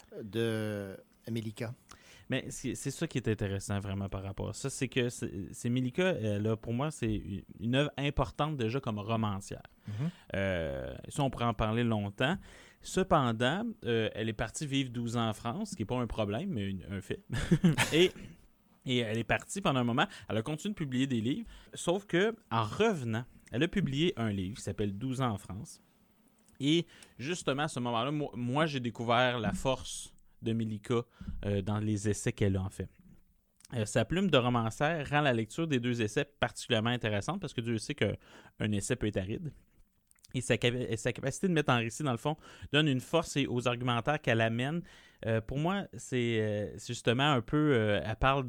de Milica? Mais c'est ça qui est intéressant vraiment par rapport à ça. C'est que c'est Milica, là, pour moi, c'est une œuvre importante déjà comme romancière. Ça, on pourrait en parler longtemps. Cependant, elle est partie vivre 12 ans en France, ce qui n'est pas un problème, mais un fait. et elle est partie pendant un moment. Elle a continué de publier des livres, sauf que en revenant, elle a publié un livre qui s'appelle 12 ans en France. Et justement, à ce moment-là, moi j'ai découvert la force de Milica dans les essais qu'elle a en fait. Sa plume de romancière rend la lecture des deux essais particulièrement intéressante parce que Dieu sait qu'un essai peut être aride. Et sa capacité de mettre en récit, dans le fond, donne une force aux argumentaires qu'elle amène. Pour moi, c'est justement un peu... elle parle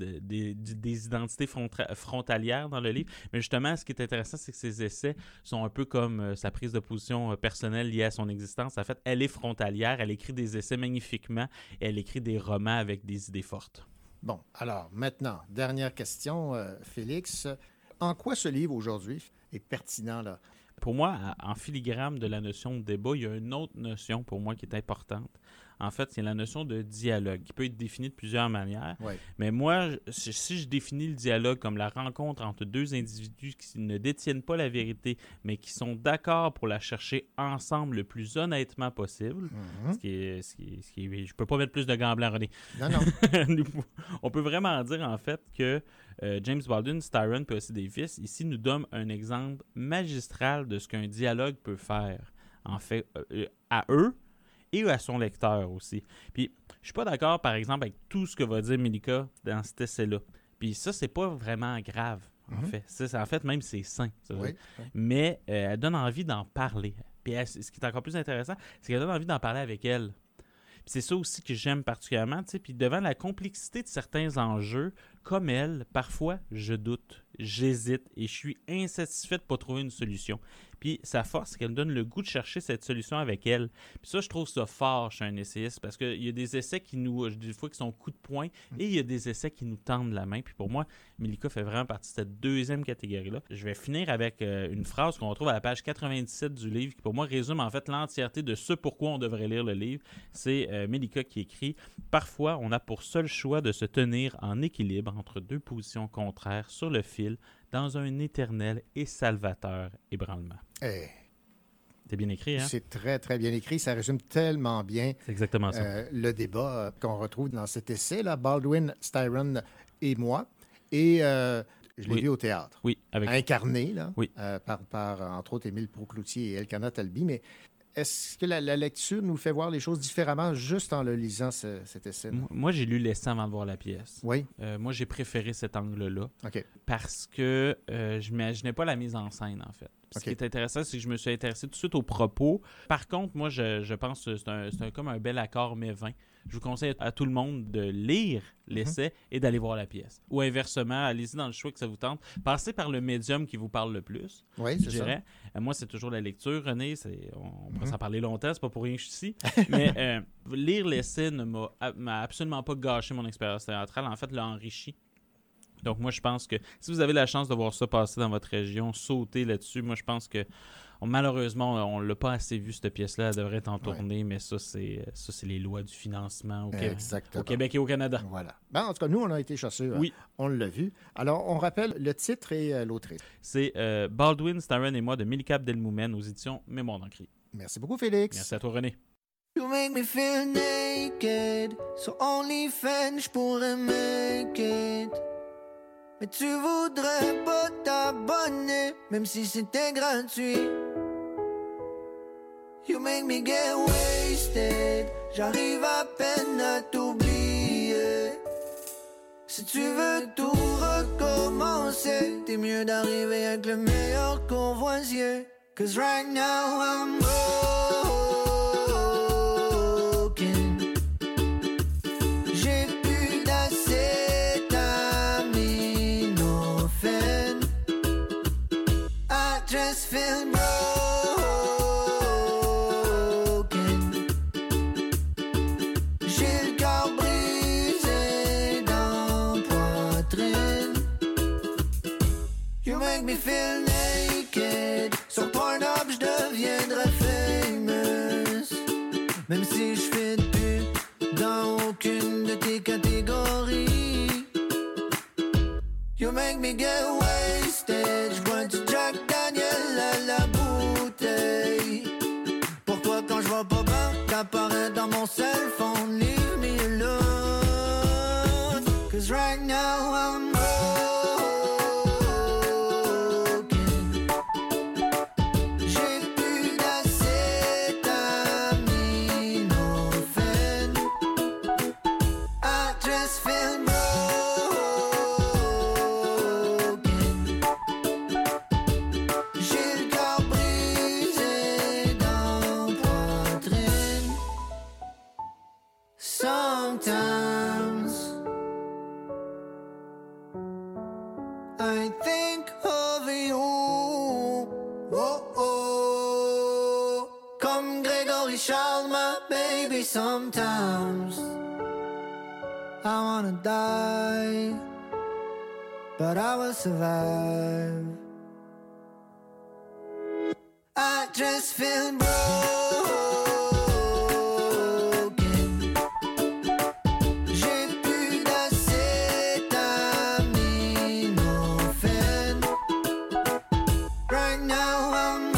des identités frontalières dans le livre. Mais justement, ce qui est intéressant, c'est que ses essais sont un peu comme sa prise de position personnelle liée à son existence. En fait, elle est frontalière. Elle écrit des essais magnifiquement. Et elle écrit des romans avec des idées fortes. Bon, alors maintenant, dernière question, Félix. En quoi ce livre aujourd'hui est pertinent, là? Pour moi, en filigrane de la notion de débat, il y a une autre notion pour moi qui est importante. En fait, c'est la notion de dialogue, qui peut être définie de plusieurs manières. Oui. Mais moi, si je définis le dialogue comme la rencontre entre deux individus qui ne détiennent pas la vérité, mais qui sont d'accord pour la chercher ensemble le plus honnêtement possible, ce qui est, je peux pas mettre plus de gants blancs, René. Non. On peut vraiment dire, en fait, que James Baldwin, Styron et aussi Davis, ici, nous donne un exemple magistral de ce qu'un dialogue peut faire, en fait, à eux, et à son lecteur aussi. Puis, je suis pas d'accord, par exemple, avec tout ce que va dire Melika dans cet essai-là. Puis ça, c'est pas vraiment grave, en fait. En fait, même, c'est sain. Oui. Mais elle donne envie d'en parler. Puis ce qui est encore plus intéressant, c'est qu'elle donne envie d'en parler avec elle. Puis c'est ça aussi que j'aime particulièrement, tu sais. Puis devant la complexité de certains enjeux, comme elle, parfois, je doute, j'hésite et je suis insatisfait de ne pas trouver une solution. Puis sa force, c'est qu'elle me donne le goût de chercher cette solution avec elle. Puis ça, je trouve ça fort chez un essayiste parce qu'il y a des essais qui nous, des fois, qui sont coup de poing et il y a des essais qui nous tendent la main. Puis pour moi, Melika fait vraiment partie de cette deuxième catégorie-là. Je vais finir avec une phrase qu'on retrouve à la page 97 du livre qui, pour moi, résume en fait l'entièreté de ce pourquoi on devrait lire le livre. C'est Melika qui écrit « Parfois, on a pour seul choix de se tenir en équilibre entre deux positions contraires sur le fil dans un éternel et salvateur ébranlement. » C'est bien écrit, hein? C'est très, très bien écrit. Ça résume tellement bien exactement ça. Le débat qu'on retrouve dans cet essai, là, Baldwin, Styron et moi. Et je l'ai vu au théâtre. Oui, incarné là, par, entre autres, Émile Proucloutier et Elkanah Talbi. Mais est-ce que la lecture nous fait voir les choses différemment juste en le lisant, cet essai? Moi, j'ai lu l'essai avant de voir la pièce. Oui. Moi, j'ai préféré cet angle-là. OK. Parce que je n'imaginais pas la mise en scène, en fait. Ce qui est intéressant, c'est que je me suis intéressé tout de suite aux propos. Par contre, moi, je pense que c'est comme un bel accord mets-vin. Je vous conseille à tout le monde de lire l'essai et d'aller voir la pièce. Ou inversement, allez-y dans le choix que ça vous tente. Passez par le médium qui vous parle le plus, je dirais. Moi, c'est toujours la lecture, René. On pourrait s'en parler longtemps, c'est pas pour rien que je suis ici. Mais lire l'essai ne m'a absolument pas gâché mon expérience théâtrale. En fait, l'a enrichi. Donc, moi, je pense que si vous avez la chance de voir ça passer dans votre région, sautez là-dessus. Moi, je pense que malheureusement, on ne l'a pas assez vu, cette pièce-là. Elle devrait être en tournée, mais ça, c'est les lois du financement au Québec et au Canada. Voilà. Ben, en tout cas, nous, on a été chanceux. Oui. On l'a vu. Alors, on rappelle le titre et l'autrice. C'est Baldwin, Styron et moi de Melika Abdelmoumen aux éditions Mémoire d'Ancry. Merci beaucoup, Félix. Merci à toi, René. You make me feel naked, so only fan je pourrais make it. Mais tu voudrais pas t'abonner, même si c'était gratuit. You make me get wasted, j'arrive à peine à t'oublier. Si tu veux tout recommencer, t'es mieux d'arriver avec le meilleur courvoisier. Cause right now I'm broken. J'ai plus d'acétaminophène. I just feel broken. J'ai le cœur brisé dans la poitrine. You make me feel naked. Sur Pornhub, je deviendrai famous. Même si je fais de pub dans aucune de tes catégories. You make me get wasted. Je bois du Jack Daniel à la bouteille. Pourquoi quand je vois pas bien, t'apparais dans mon cell phone? Leave me alone. Cause right now I'm I think of you. Oh, oh. Comme Grégory Charles, my baby, sometimes I wanna die, but I will survive. I just feel broken. J'ai plus d'acétaminophène. Right now I'm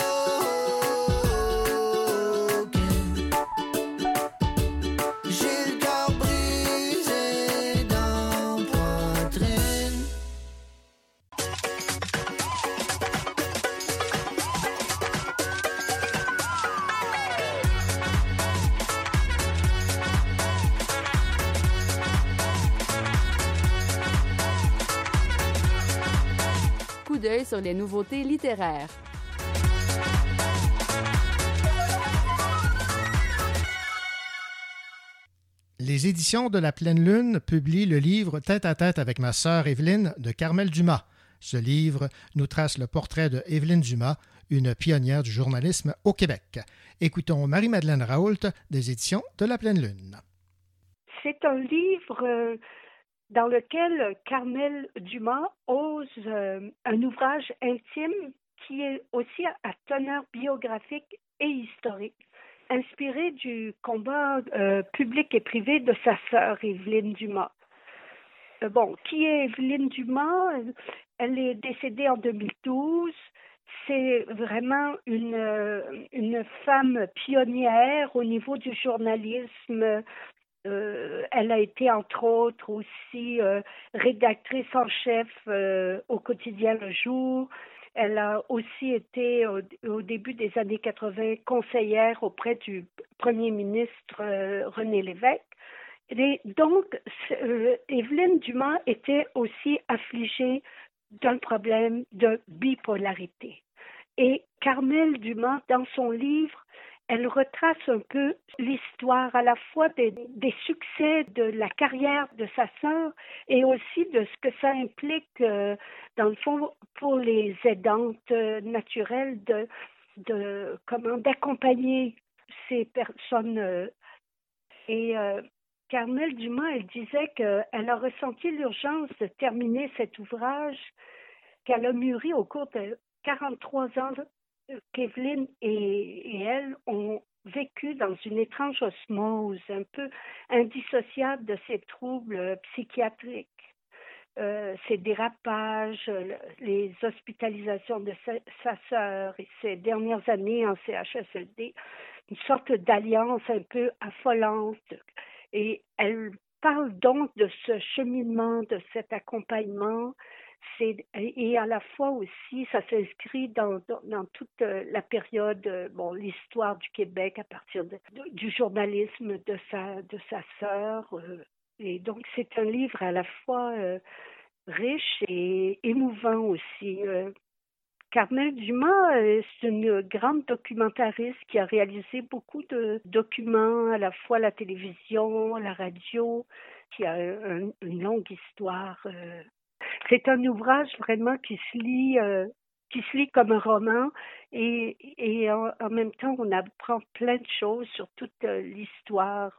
broken. J'ai le cœur brisé dans la poitrine. Coup d'œil sur les nouveautés littéraires. Les éditions de La Pleine Lune publient le livre Tête à tête avec ma sœur Évelyne de Carmel Dumas. Ce livre nous trace le portrait de Évelyne Dumas, une pionnière du journalisme au Québec. Écoutons Marie-Madeleine Raoult des éditions de La Pleine Lune. C'est un livre dans lequel Carmel Dumas ose un ouvrage intime qui est aussi à teneur biographique et historique, inspiré du combat public et privé de sa sœur Évelyne Dumas. Qui est Évelyne Dumas? Elle est décédée en 2012. C'est vraiment une femme pionnière au niveau du journalisme. Elle a été, entre autres, aussi rédactrice en chef au quotidien Le Jour. Elle a aussi été, au début des années 80, conseillère auprès du premier ministre René Lévesque. Et donc, Évelyne Dumas était aussi affligée d'un problème de bipolarité. Et Carmel Dumas, dans son livre, elle retrace un peu l'histoire à la fois des succès de la carrière de sa sœur et aussi de ce que ça implique, dans le fond, pour les aidantes naturelles d'accompagner ces personnes. Carmel Dumas, elle disait qu'elle a ressenti l'urgence de terminer cet ouvrage qu'elle a mûri au cours de 43 ans qu'Évelyne et elle ont vécu dans une étrange osmose, un peu indissociable de ses troubles psychiatriques, ses dérapages, les hospitalisations de sa sœur et ses dernières années en CHSLD, une sorte d'alliance un peu affolante. Et elle parle donc de ce cheminement, de cet accompagnement. Et à la fois aussi, ça s'inscrit dans toute la période, l'histoire du Québec à partir du journalisme de sa sœur. Et donc, c'est un livre à la fois riche et émouvant aussi. Carmel Dumas, c'est une grande documentariste qui a réalisé beaucoup de documents, à la fois la télévision, la radio, qui a une longue histoire. C'est un ouvrage vraiment qui se lit comme un roman et en même temps, on apprend plein de choses sur toute l'histoire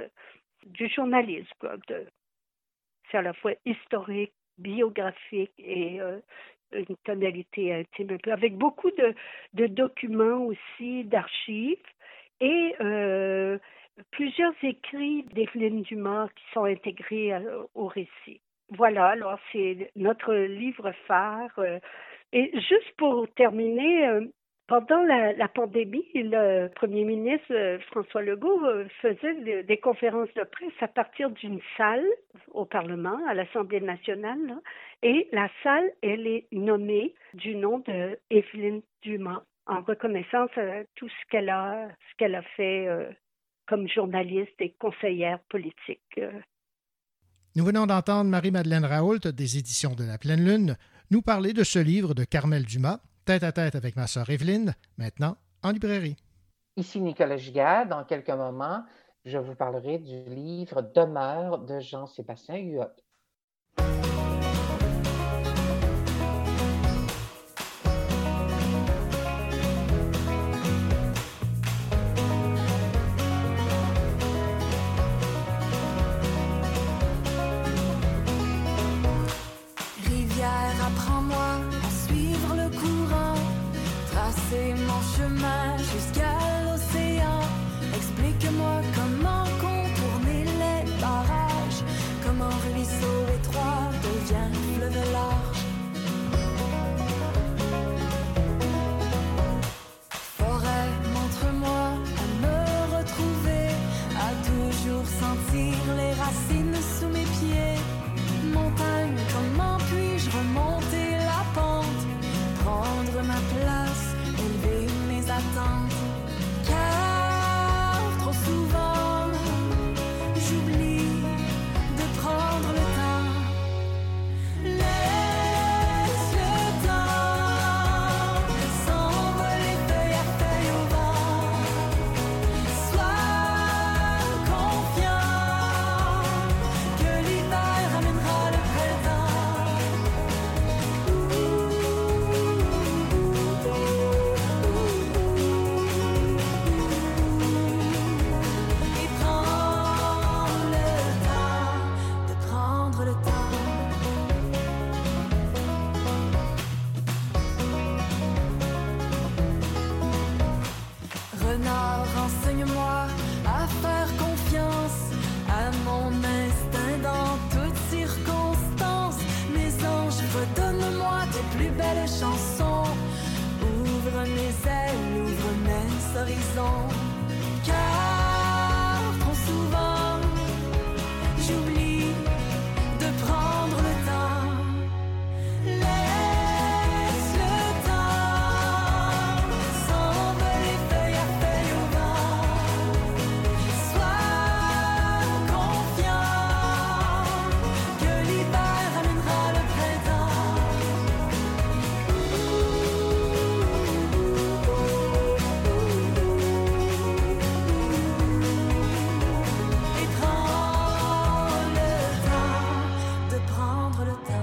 du journalisme. C'est à la fois historique, biographique et une tonalité intime un peu, avec beaucoup de documents aussi, d'archives et plusieurs écrits d'Évelyne Dumas qui sont intégrés au récit. Voilà, alors c'est notre livre phare. Et juste pour terminer, pendant la pandémie, le premier ministre François Legault faisait des conférences de presse à partir d'une salle au Parlement, à l'Assemblée nationale, là, et la salle, elle est nommée du nom de Évelyne Dumas, en reconnaissance à tout ce qu'elle a fait comme journaliste et conseillère politique. Nous venons d'entendre Marie-Madeleine Raoult des éditions de La Pleine Lune nous parler de ce livre de Carmel Dumas, Tête à tête avec ma sœur Évelyne, maintenant en librairie. Ici Nicolas Giguère. Dans quelques moments, je vous parlerai du livre Demeure de Jean-Sébastien Huot. Apprends-moi à suivre le courant, tracer mon chemin jusqu'à l'océan. Explique-moi comment contourner les barrages, comment ruisseau étroit devient fleuve large. Forêt, montre-moi à me retrouver, à toujours sentir les racines sous mes pieds. Montagne, comment puis-je remonter la pente, prendre ma place, élever mes attentes? Car trop souvent, j'oublie de prendre le temps. Laisse le temps s'envoler feuille à feuille au vent. Sois confiant que l'hiver amènera le printemps. Et prends le temps de prendre le temps. Renard, enseigne-moi à faire confiance à mon instinct dans toutes circonstances. Mes anges, redonne-moi tes plus belles chansons. Ouvre mes ailes, ouvre mes horizons. Car trop souvent, j'oublie de prendre le temps. Laisse le temps s'envoler feuille à feuille au vent. Sois confiant que l'hiver amènera le printemps. Et prends le temps de prendre le temps.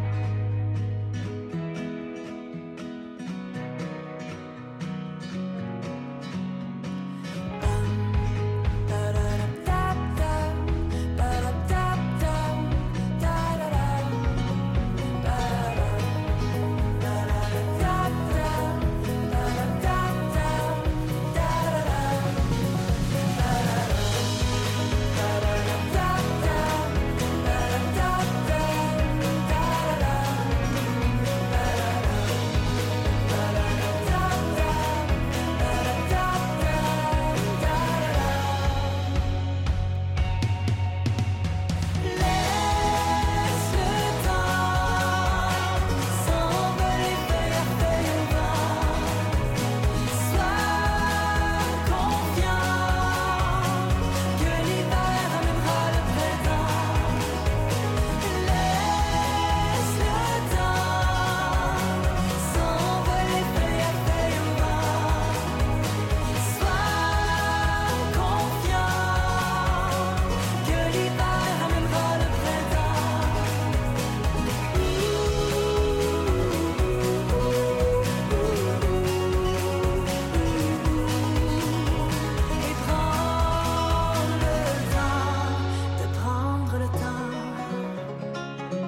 Laisse le temps s'envoler feuille à feuille au vent. Sois confiant que l'hiver amènera le printemps. Laisse le temps s'envoler feuille à feuille au vent. Sois confiant que l'hiver amènera le printemps. Et prends le temps de prendre le temps.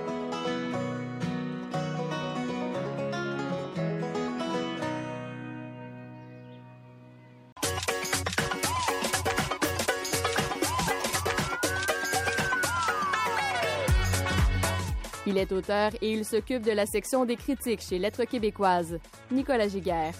Il est auteur et il s'occupe de la section des critiques chez Lettres québécoises. Nicolas Giguère.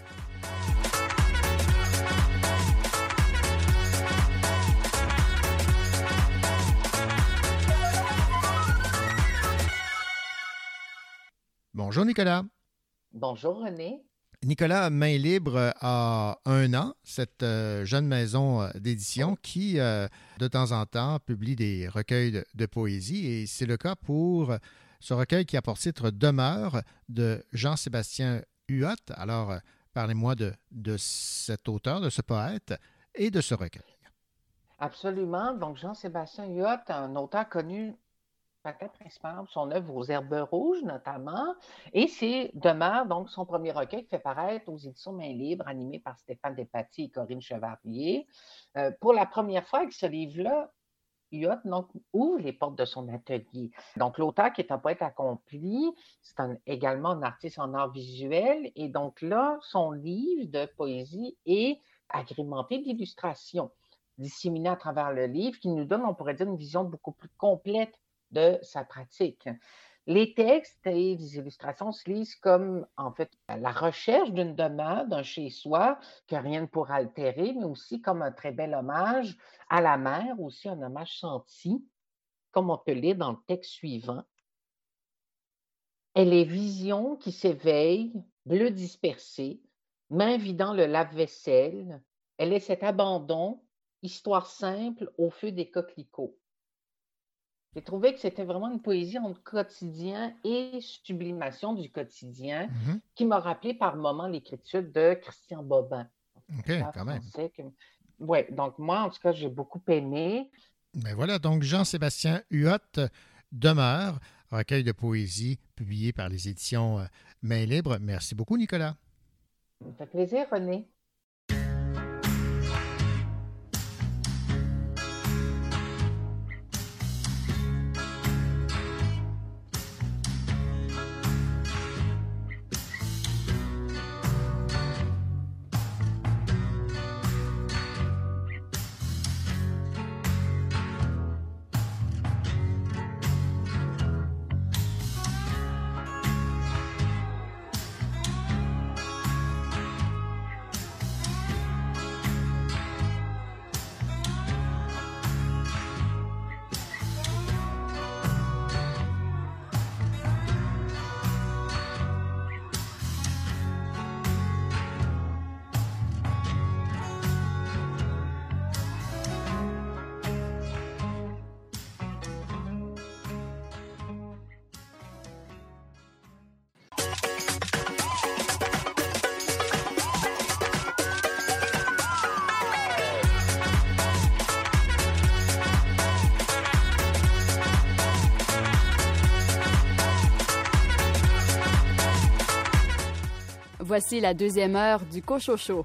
Bonjour Nicolas. Bonjour René. Nicolas, Main Libre a 1 an, cette jeune maison d'édition qui, de temps en temps, publie des recueils de poésie. Et c'est le cas pour ce recueil qui a pour titre Demeure de Jean-Sébastien Huot. Alors, parlez-moi de cet auteur, de ce poète et de ce recueil. Absolument. Donc, Jean-Sébastien Huot, un auteur connu peut-être principalement pour son œuvre aux Herbes rouges, notamment. Et c'est Demeure, donc son premier recueil, qui fait paraître aux éditions Main Libre, animé par Stéphane Despatie et Corinne Chevalier. Pour la première fois avec ce livre-là, Huot donc, ouvre les portes de son atelier. Donc, l'auteur qui est un poète accompli, c'est également un artiste en art visuel. Et donc là, son livre de poésie est agrémenté d'illustrations disséminées à travers le livre qui nous donne, on pourrait dire, une vision beaucoup plus complète de sa pratique. Les textes et les illustrations se lisent comme, en fait, la recherche d'une demeure, d'un chez-soi que rien ne pourra altérer, mais aussi comme un très bel hommage à la mer, aussi un hommage senti, comme on peut lire dans le texte suivant. Elle est vision qui s'éveille, bleu dispersé, main vidant le lave-vaisselle. Elle est cet abandon, histoire simple au feu des coquelicots. J'ai trouvé que c'était vraiment une poésie entre quotidien et sublimation du quotidien qui m'a rappelé par moments l'écriture de Christian Bobin. OK, quand même. Oui, donc moi, en tout cas, j'ai beaucoup aimé. Ben voilà, donc Jean-Sébastien Huot, Demeure, recueil de poésie publié par les éditions Main Libre. Merci beaucoup, Nicolas. Ça fait plaisir, René. Voici la deuxième heure du Cochocho.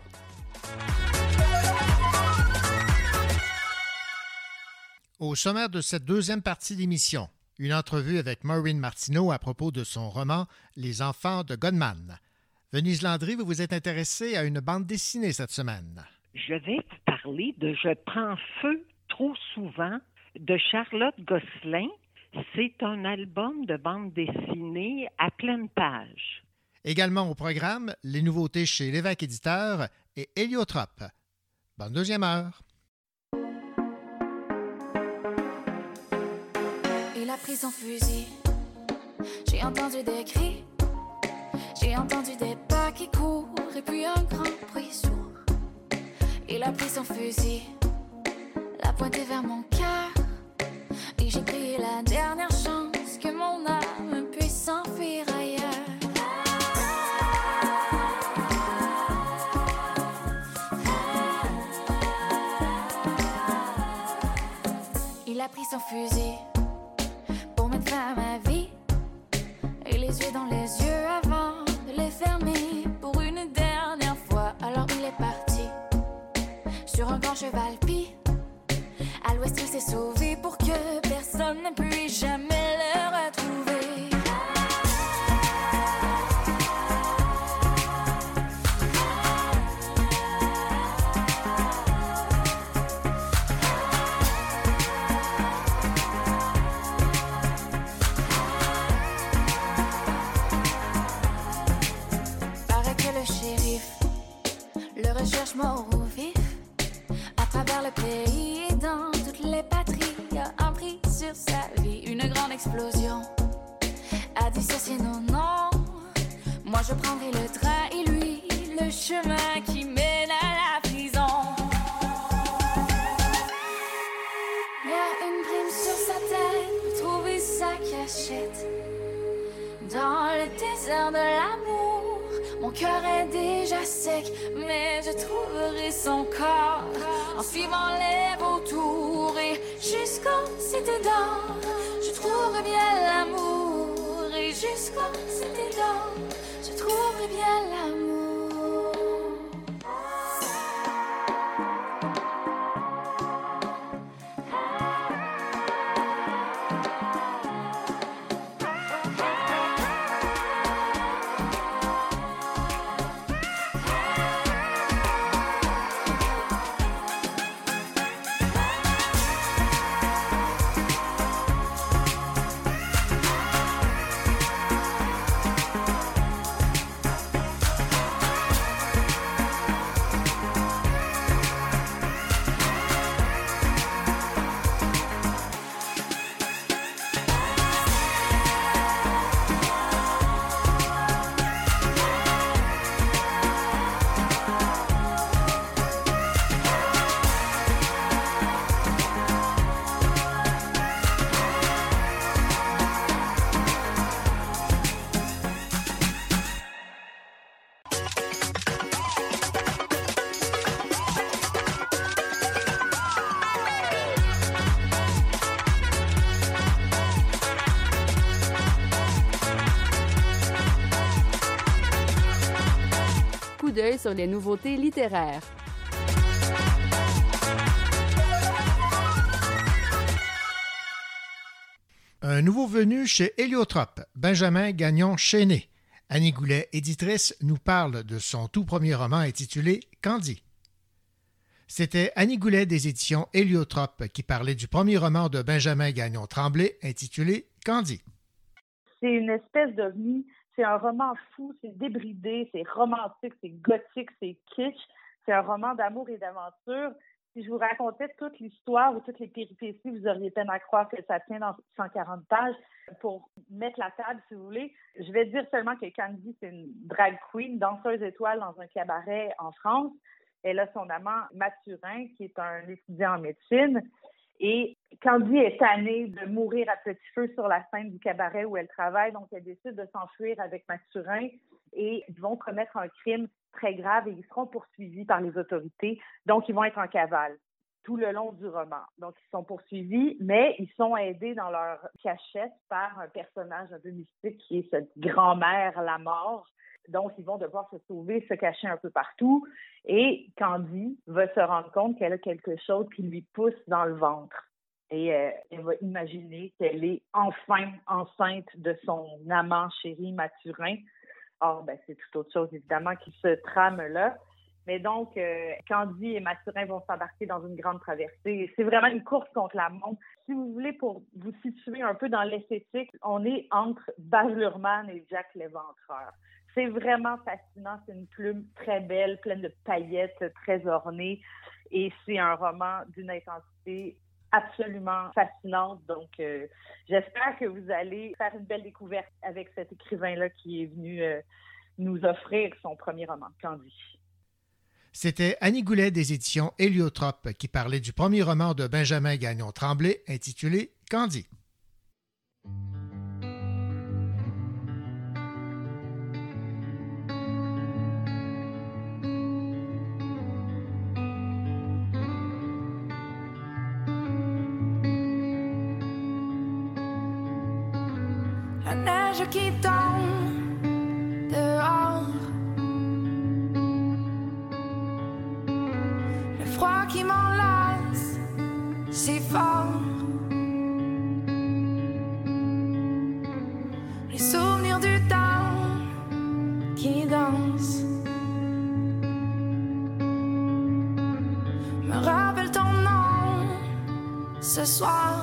Au sommaire de cette deuxième partie d'émission, une entrevue avec Maureen Martineau à propos de son roman « Les enfants de Godman ». Venise Landry, vous vous êtes intéressée à une bande dessinée cette semaine. Je vais vous parler de « Je prends feu trop souvent » de Charlotte Gosselin. C'est un album de bande dessinée à pleine page. Également au programme, les nouveautés chez l'Évêque Éditeur et Héliotrope. Bonne deuxième heure. Il a pris son fusil. J'ai entendu des cris. J'ai entendu des pas qui courent et puis un grand bruit sourd. Il a pris son fusil, l'a pointé vers mon cœur. Et j'ai pris la dernière chance que mon âme puisse s'enfuir ailleurs. Il a pris son fusil pour mettre fin à ma vie. Et les yeux dans les yeux avant de les fermer pour une dernière fois. Alors il est parti sur un grand cheval pie. À l'ouest il s'est sauvé pour que personne ne puisse jamais le retrouver. Recherche mort ou vif, à travers le pays et dans toutes les patries, y a un prix sur sa vie, une grande explosion a dissocié nos noms. Moi je prendrai le train et lui le chemin qui mène à la prison. Y a une prime sur sa tête pour trouver sa cachette dans le désert de l'amour. Mon cœur est déjà sec, mais je trouverai son corps en suivant les vautours. Et jusqu'en c'était dans, je trouverai bien l'amour. Et jusqu'en c'était dans, je trouverai bien l'amour. d'œil sur les nouveautés littéraires. Un nouveau venu chez Héliotrope, Benjamin Gagnon-Chéné. Annie Goulet, éditrice, nous parle de son tout premier roman intitulé « Candy ». C'était Annie Goulet des éditions Héliotrope qui parlait du premier roman de Benjamin Gagnon-Tremblay intitulé « Candy ». C'est une espèce d'ovni, c'est un roman fou, c'est débridé, c'est romantique, c'est gothique, c'est kitsch. C'est un roman d'amour et d'aventure. Si je vous racontais toute l'histoire ou toutes les péripéties, vous auriez peine à croire que ça tient dans 140 pages. Pour mettre la table, si vous voulez, je vais dire seulement que Candy, c'est une drag queen, danseuse étoile dans un cabaret en France. Elle a son amant Mathurin, qui est un étudiant en médecine. Et Candy est tannée de mourir à petit feu sur la scène du cabaret où elle travaille, donc elle décide de s'enfuir avec Mathurin et ils vont commettre un crime très grave et ils seront poursuivis par les autorités. Donc, ils vont être en cavale tout le long du roman. Donc, ils sont poursuivis, mais ils sont aidés dans leur cachette par un personnage un peu mystique qui est cette grand-mère, la mort. Donc, ils vont devoir se sauver, se cacher un peu partout. Et Candy va se rendre compte qu'elle a quelque chose qui lui pousse dans le ventre. Et elle va imaginer qu'elle est enfin enceinte de son amant chéri Mathurin. Or, c'est tout autre chose, évidemment, qui se trame là. Mais donc, Candy et Mathurin vont s'embarquer dans une grande traversée. C'est vraiment une course contre la montre. Si vous voulez, pour vous situer un peu dans l'esthétique, on est entre Baz Luhrmann et Jack l'Éventreur. C'est vraiment fascinant. C'est une plume très belle, pleine de paillettes, très ornée. Et c'est un roman d'une intensité absolument fascinante. Donc, j'espère que vous allez faire une belle découverte avec cet écrivain-là qui est venu nous offrir son premier roman, Candy. C'était Annie Goulet des éditions Héliotrope qui parlait du premier roman de Benjamin Gagnon-Tremblay intitulé « Candy ». La neige qui tombe dehors, le froid qui m'enlace si fort, les souvenirs du temps qui dansent me rappellent ton nom ce soir.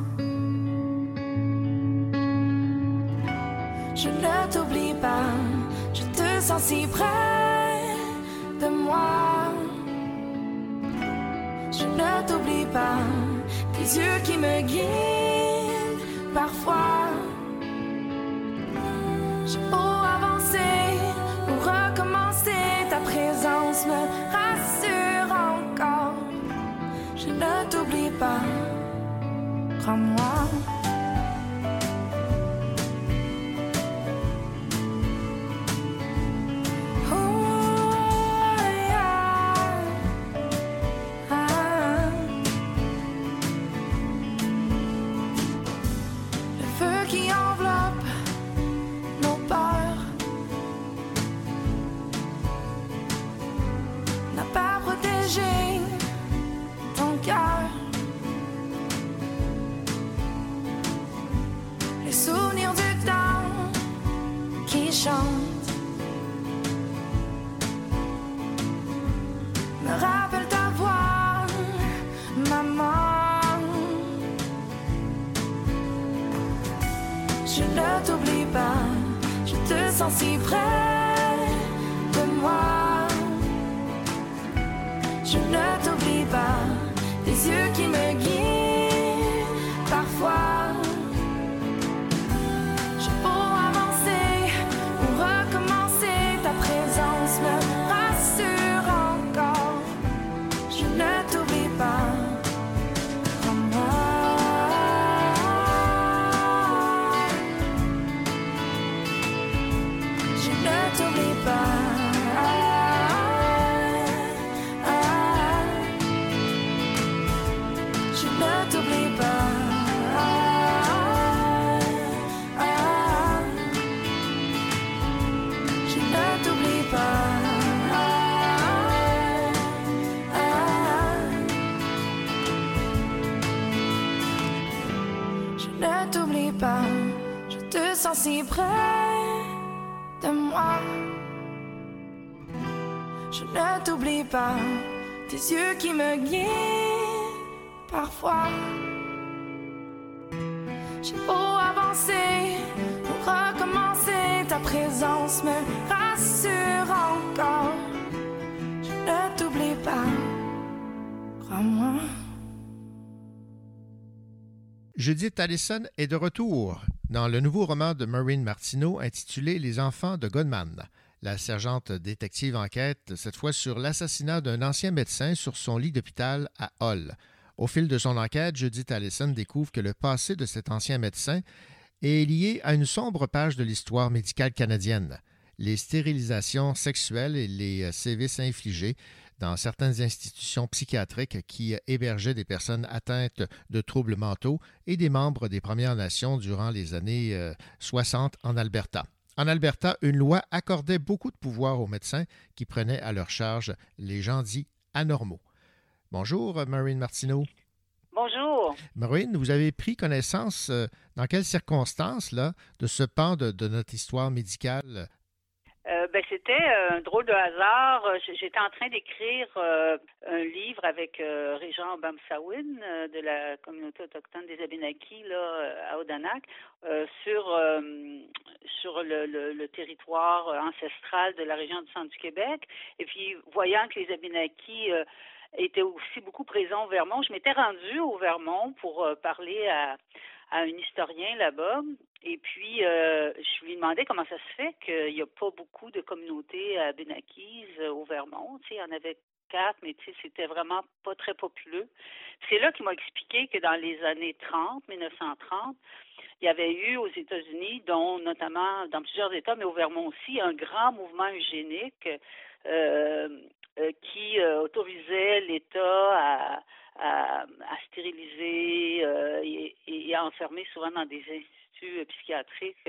Je ne t'oublie pas, je te sens si près de moi. Je ne t'oublie pas, tes yeux qui me guident parfois. J'ai beau avancer ou recommencer, ta présence me rassure encore. Je ne t'oublie pas, crois-moi. Me rappelle ta voix, maman. Je ne t'oublie pas, je te sens si près de moi. Je ne t'oublie pas, tes yeux qui me guident parfois. Me rassure encore, je ne t'oublie pas, crois-moi. Je ne si près de moi. Je ne t'oublie pas, tes yeux qui me guident parfois. J'ai beau avancer pour recommencer, ta présence me rassure encore. Je ne t'oublie pas, crois-moi. Judith Allison est de retour dans le nouveau roman de Maureen Martineau intitulé Les enfants de Goodman. La sergente détective enquête cette fois sur l'assassinat d'un ancien médecin sur son lit d'hôpital à Hull. Au fil de son enquête, Judith Allison découvre que le passé de cet ancien médecin est lié à une sombre page de l'histoire médicale canadienne. Les stérilisations sexuelles et les sévices infligés dans certaines institutions psychiatriques qui hébergeaient des personnes atteintes de troubles mentaux et des membres des Premières Nations durant les années 60 en Alberta. En Alberta, une loi accordait beaucoup de pouvoir aux médecins qui prenaient à leur charge les gens dits anormaux. Bonjour, Maureen Martineau. Bonjour. Maureen, vous avez pris connaissance, dans quelles circonstances, là, de ce pan de notre histoire médicale? C'était un drôle de hasard. J'étais en train d'écrire un livre avec Régent Bamsawin de la communauté autochtone des Abénaquis là, à Odanak sur le territoire ancestral de la région du centre du Québec. Et puis, voyant que les Abénaquis étaient aussi beaucoup présents au Vermont, je m'étais rendue au Vermont pour parler à un historien là-bas. Et puis, je lui demandais comment ça se fait qu'il n'y a pas beaucoup de communautés abénaquises au Vermont. Tu sais, il y en avait 4, mais tu sais, c'était vraiment pas très populeux. C'est là qu'il m'a expliqué que dans les années 1930, il y avait eu aux États-Unis, dont notamment dans plusieurs États, mais au Vermont aussi, un grand mouvement eugénique qui autorisait l'État à stériliser et à enfermer souvent dans des instituts psychiatriques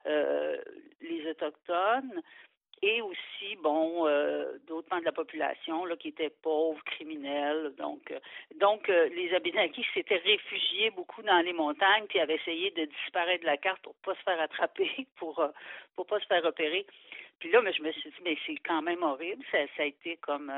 les Autochtones et aussi, d'autres pans de la population là, qui étaient pauvres, criminels. Donc les Abénaquis s'étaient réfugiés beaucoup dans les montagnes puis avaient essayé de disparaître de la carte pour pas se faire attraper, pour pas se faire repérer. Puis là, je me suis dit, mais c'est quand même horrible. Ça a été comme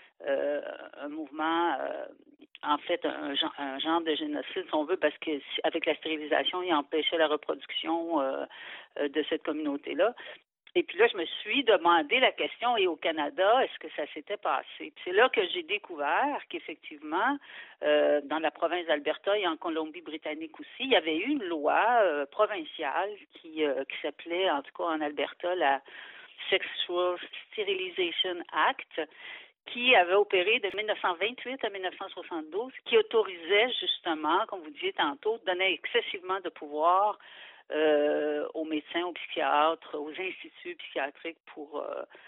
un mouvement, en fait, un genre de génocide, si on veut, parce que avec la stérilisation, il empêchait la reproduction de cette communauté-là. Et puis là, je me suis demandé la question, et au Canada, est-ce que ça s'était passé? Puis c'est là que j'ai découvert qu'effectivement, dans la province d'Alberta et en Colombie-Britannique aussi, il y avait eu une loi provinciale qui s'appelait, en tout cas en Alberta, la Sexual Sterilization Act, qui avait opéré de 1928 à 1972, qui autorisait justement, comme vous disiez tantôt, donnait excessivement de pouvoir aux médecins, aux psychiatres, aux instituts psychiatriques pour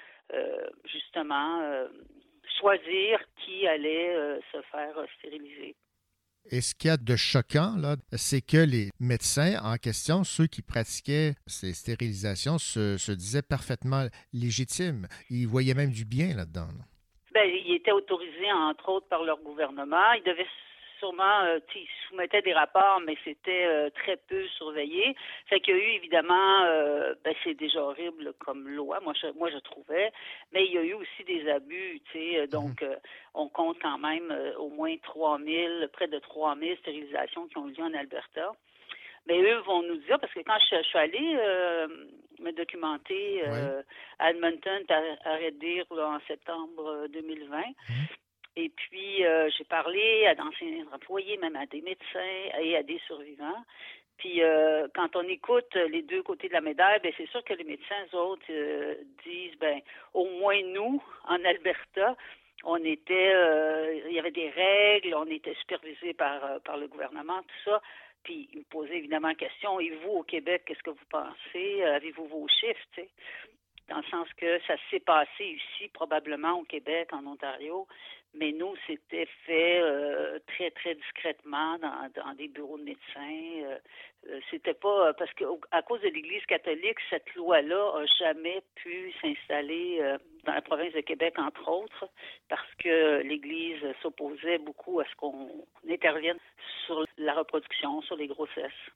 justement choisir qui allait se faire stériliser. Et ce qu'il y a de choquant, là, c'est que les médecins en question, ceux qui pratiquaient ces stérilisations, se disaient parfaitement légitimes. Ils voyaient même du bien là-dedans. Là. Ils étaient autorisés, entre autres, par leur gouvernement. Ils devaient sûrement, ils soumettaient des rapports, mais c'était très peu surveillé. Fait qu'il y a eu, évidemment, c'est déjà horrible comme loi, moi je trouvais, mais il y a eu aussi des abus, donc on compte quand même au moins près de 3000 stérilisations qui ont eu lieu en Alberta. Mais eux vont nous dire, parce que quand je suis allée me documenter à Edmonton, à Red Deer, en septembre 2020, et puis j'ai parlé à d'anciens employés, même à des médecins et à des survivants. Puis quand on écoute les deux côtés de la médaille, c'est sûr que les médecins, eux autres, disent, au moins nous, en Alberta, on était, il y avait des règles, on était supervisés par le gouvernement, tout ça. Puis il me posait évidemment la question, et vous, au Québec, qu'est-ce que vous pensez? Avez-vous vos chiffres, tu sais? Dans le sens que ça s'est passé ici, probablement au Québec, en Ontario, mais nous, c'était fait très, très discrètement dans des bureaux de médecins. C'était pas... parce qu'à cause de l'Église catholique, cette loi-là n'a jamais pu s'installer dans la province de Québec, entre autres, parce que l'Église s'opposait beaucoup à ce qu'on intervienne sur la reproduction, sur les grossesses.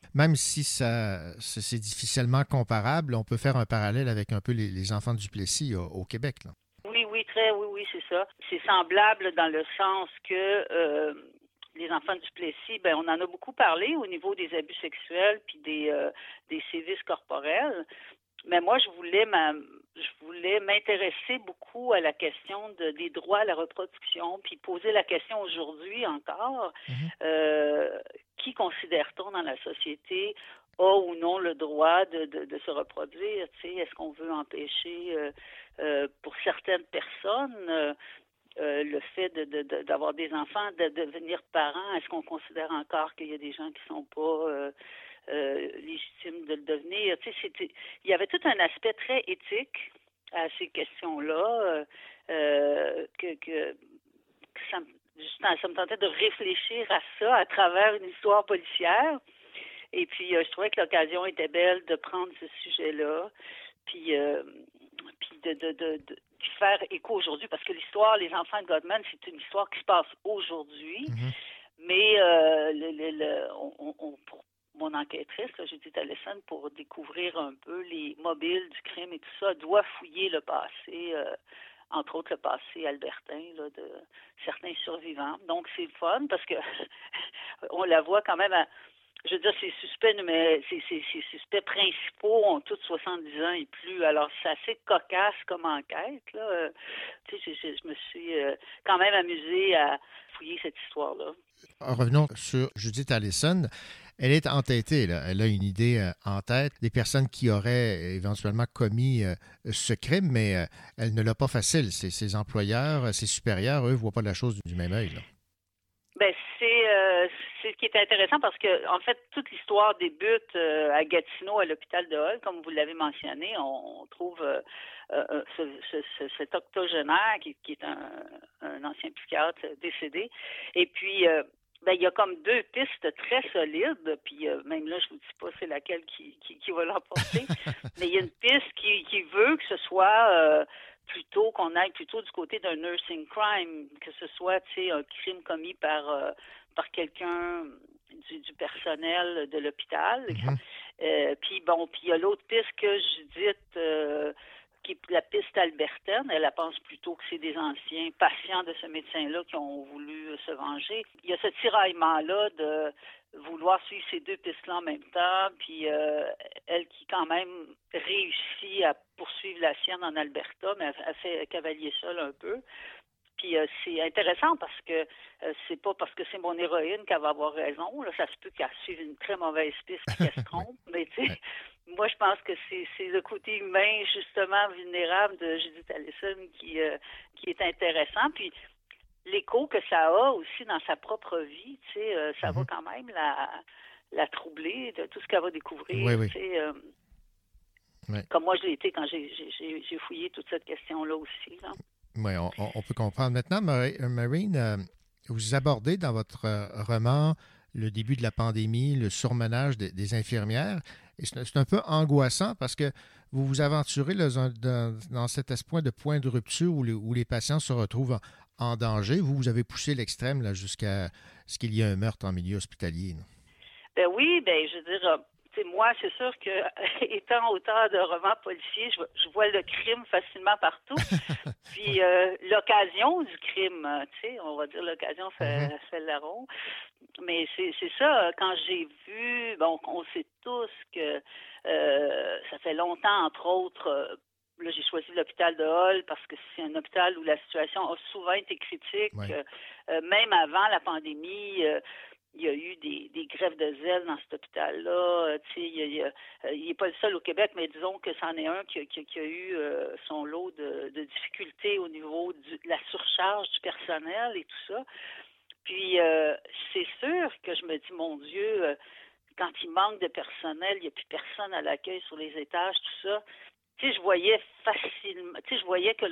Même si c'est difficilement comparable, on peut faire un parallèle avec un peu les enfants du Plessis au Québec. Là. Oui, c'est ça. C'est semblable dans le sens que les enfants du Plessis, on en a beaucoup parlé au niveau des abus sexuels puis des sévices corporels. Mais moi, je voulais m'intéresser beaucoup à la question des droits à la reproduction, puis poser la question aujourd'hui encore, qui considère-t-on dans la société a ou non le droit de se reproduire? Est-ce qu'on veut empêcher pour certaines personnes le fait d'avoir des enfants, de devenir parents? Est-ce qu'on considère encore qu'il y a des gens qui sont pas légitimes de le devenir? Il y avait tout un aspect très éthique à ces questions-là que ça me tentait de réfléchir à ça à travers une histoire policière. Et puis, je trouvais que l'occasion était belle de prendre ce sujet-là, puis de faire écho aujourd'hui, parce que l'histoire, les enfants de Godman, c'est une histoire qui se passe aujourd'hui, mais pour mon enquêtrice, Judith Allison, pour découvrir un peu les mobiles du crime et tout ça, doit fouiller le passé, entre autres le passé albertain de certains survivants. Donc, c'est le fun, parce que on la voit quand même je veux dire, ses suspects principaux ont tous 70 ans et plus. Alors, c'est assez cocasse comme enquête, là. Je me suis quand même amusée à fouiller cette histoire-là. Revenons sur Judith Allison. Elle est entêtée, là. Elle a une idée en tête des personnes qui auraient éventuellement commis ce crime, mais elle ne l'a pas facile. Ses employeurs, ses supérieurs, eux, ne voient pas la chose du même œil, là. C'est ce qui est intéressant parce que, en fait, toute l'histoire débute à Gatineau, à l'hôpital de Hull, comme vous l'avez mentionné. On trouve cet octogénaire qui est un ancien psychiatre décédé. Et puis, il y a comme deux pistes très solides, puis même là, je vous dis pas c'est laquelle qui va l'emporter, mais il y a une piste qui veut que ce soit plutôt qu'on aille plutôt du côté d'un nursing crime, que ce soit, un crime commis par quelqu'un du personnel de l'hôpital. Puis il y a l'autre piste que Judith, qui est la piste albertaine. Elle pense plutôt que c'est des anciens patients de ce médecin-là qui ont voulu se venger. Il y a ce tiraillement-là de vouloir suivre ces deux pistes-là en même temps, puis elle qui quand même réussit à poursuivre la sienne en Alberta, mais elle fait cavalier seul un peu. Puis c'est intéressant parce que c'est pas parce que c'est mon héroïne qu'elle va avoir raison. Là, ça se peut qu'elle suive une très mauvaise piste et qu'elle se trompe. Mais moi, je pense que c'est le côté humain, justement, vulnérable de Judith Allison qui est intéressant. Puis l'écho que ça a aussi dans sa propre vie, ça va quand même la troubler de tout ce qu'elle va découvrir. Comme moi, je l'ai été quand j'ai fouillé toute cette question-là aussi, là. Oui, on peut comprendre. Maintenant, Marine, vous abordez dans votre roman le début de la pandémie, le surmenage des infirmières. Et c'est un peu angoissant parce que vous vous aventurez là, dans cet point de rupture où les patients se retrouvent en danger. Vous avez poussé l'extrême là, jusqu'à ce qu'il y ait un meurtre en milieu hospitalier. Ben oui, je veux dire... moi, c'est sûr que, étant auteur de romans policiers, je vois le crime facilement partout. Puis l'occasion du crime, on va dire l'occasion fait le larron. Mais c'est ça, quand j'ai vu, on sait tous que ça fait longtemps, entre autres, là, j'ai choisi l'hôpital de Hull parce que c'est un hôpital où la situation a souvent été critique. Même avant la pandémie, il y a eu des grèves de zèle dans cet hôpital-là. Il n'est pas le seul au Québec, mais disons que c'en est un qui a eu son lot de difficultés au niveau de la surcharge du personnel et tout ça. Puis, c'est sûr que je me dis, mon Dieu, quand il manque de personnel, il n'y a plus personne à l'accueil sur les étages, tout ça. Je voyais facilement, je voyais que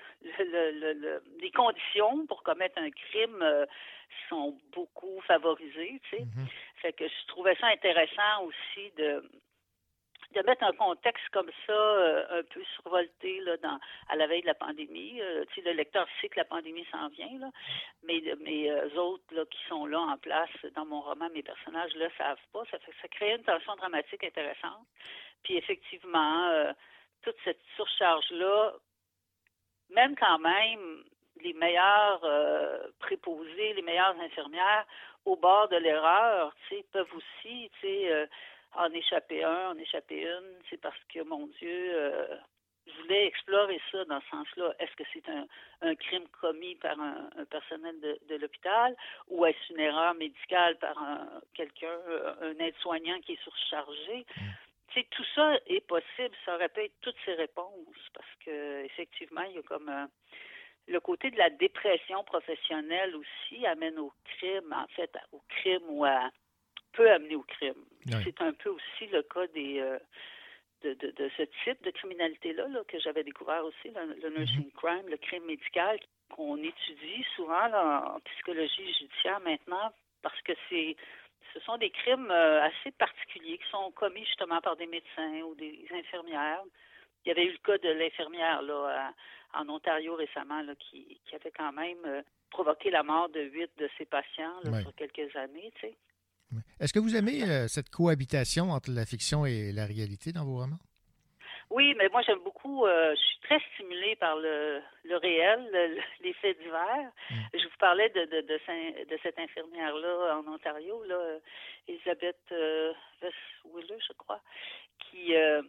les conditions pour commettre un crime sont beaucoup favorisées, Fait que je trouvais ça intéressant aussi de mettre un contexte comme ça, un peu survolté là, à la veille de la pandémie. Tu sais, le lecteur sait que la pandémie s'en vient, là, mais eux autres là, qui sont là en place dans mon roman, mes personnages ne le savent pas. Ça crée une tension dramatique intéressante. Puis effectivement, toute cette surcharge-là, même quand même, les meilleurs préposés, les meilleures infirmières, au bord de l'erreur, tu sais, peuvent aussi, tu sais, en échapper une, c'est parce que, mon Dieu, je voulais explorer ça dans ce sens-là. Est-ce que c'est un crime commis par un personnel de l'hôpital ou est-ce une erreur médicale par quelqu'un, un aide-soignant qui est surchargé? Tu sais, tout ça est possible, ça aurait pu être toutes ces réponses parce que effectivement, il y a comme le côté de la dépression professionnelle aussi amène au crime, en fait, au crime ou peut amener au crime. Oui. C'est un peu aussi le cas de ce type de criminalité-là là, que j'avais découvert aussi, le nursing crime, le crime médical, qu'on étudie souvent là, en psychologie judiciaire maintenant, parce que ce sont des crimes assez particuliers qui sont commis justement par des médecins ou des infirmières. Il y avait eu le cas de l'infirmière là, en Ontario récemment là, qui avait quand même provoqué la mort de 8 de ses patients là, sur quelques années, tu sais. Est-ce que vous aimez cette cohabitation entre la fiction et la réalité dans vos romans? Oui, mais moi, j'aime beaucoup, je suis très stimulée par le réel, les faits divers. Je vous parlais de cette infirmière-là en Ontario, là, Elisabeth Wheeler, je crois, qui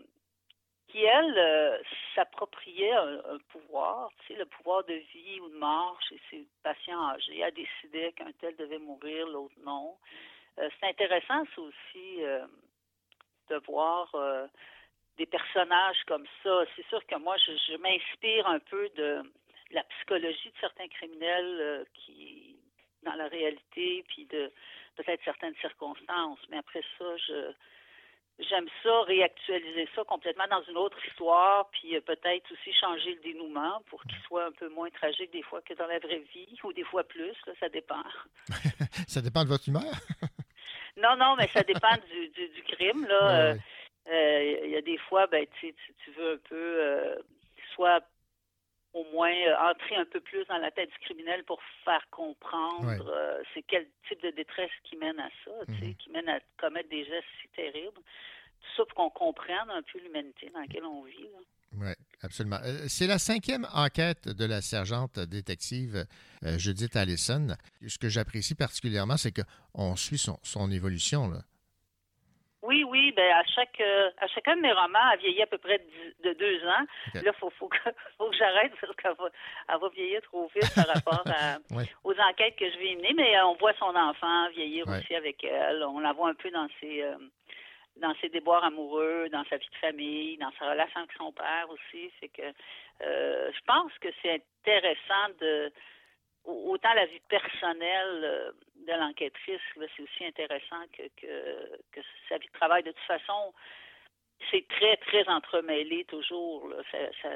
elle, s'appropriait un pouvoir, tu sais, le pouvoir de vie ou de mort chez ses patients âgés. Elle décidait qu'un tel devait mourir, l'autre non. C'est intéressant, ça aussi, de voir des personnages comme ça. C'est sûr que moi, je m'inspire un peu de la psychologie de certains criminels qui, dans la réalité, puis de peut-être certaines circonstances. Mais après ça, j'aime ça, réactualiser ça complètement dans une autre histoire, puis peut-être aussi changer le dénouement pour qu'il soit un peu moins tragique des fois que dans la vraie vie, ou des fois plus, là, ça dépend. Ça dépend de votre humeur? Non, mais ça dépend du crime, là. Il y a des fois, ben, tu veux un peu, soit au moins entrer un peu plus dans la tête du criminel pour faire comprendre c'est quel type de détresse qui mène à ça, qui mène à commettre des gestes si terribles. Tout ça pour qu'on comprenne un peu l'humanité dans laquelle on vit. Oui, absolument. C'est la 5e enquête de la sergente détective Judith Allison. Ce que j'apprécie particulièrement, c'est qu'on suit son évolution, là. Oui, ben à chacun de mes romans, elle vieillit à peu près de 2 ans. Okay. Là, faut que j'arrête parce qu'elle va vieillir trop vite par rapport aux enquêtes que je vais mener, mais on voit son enfant vieillir aussi avec elle. On la voit un peu dans ses déboires amoureux, dans sa vie de famille, dans sa relation avec son père aussi. C'est que je pense que c'est intéressant autant la vie personnelle de l'enquêtrice, là, c'est aussi intéressant que sa vie de travail. De toute façon, c'est très, très entremêlé toujours, là,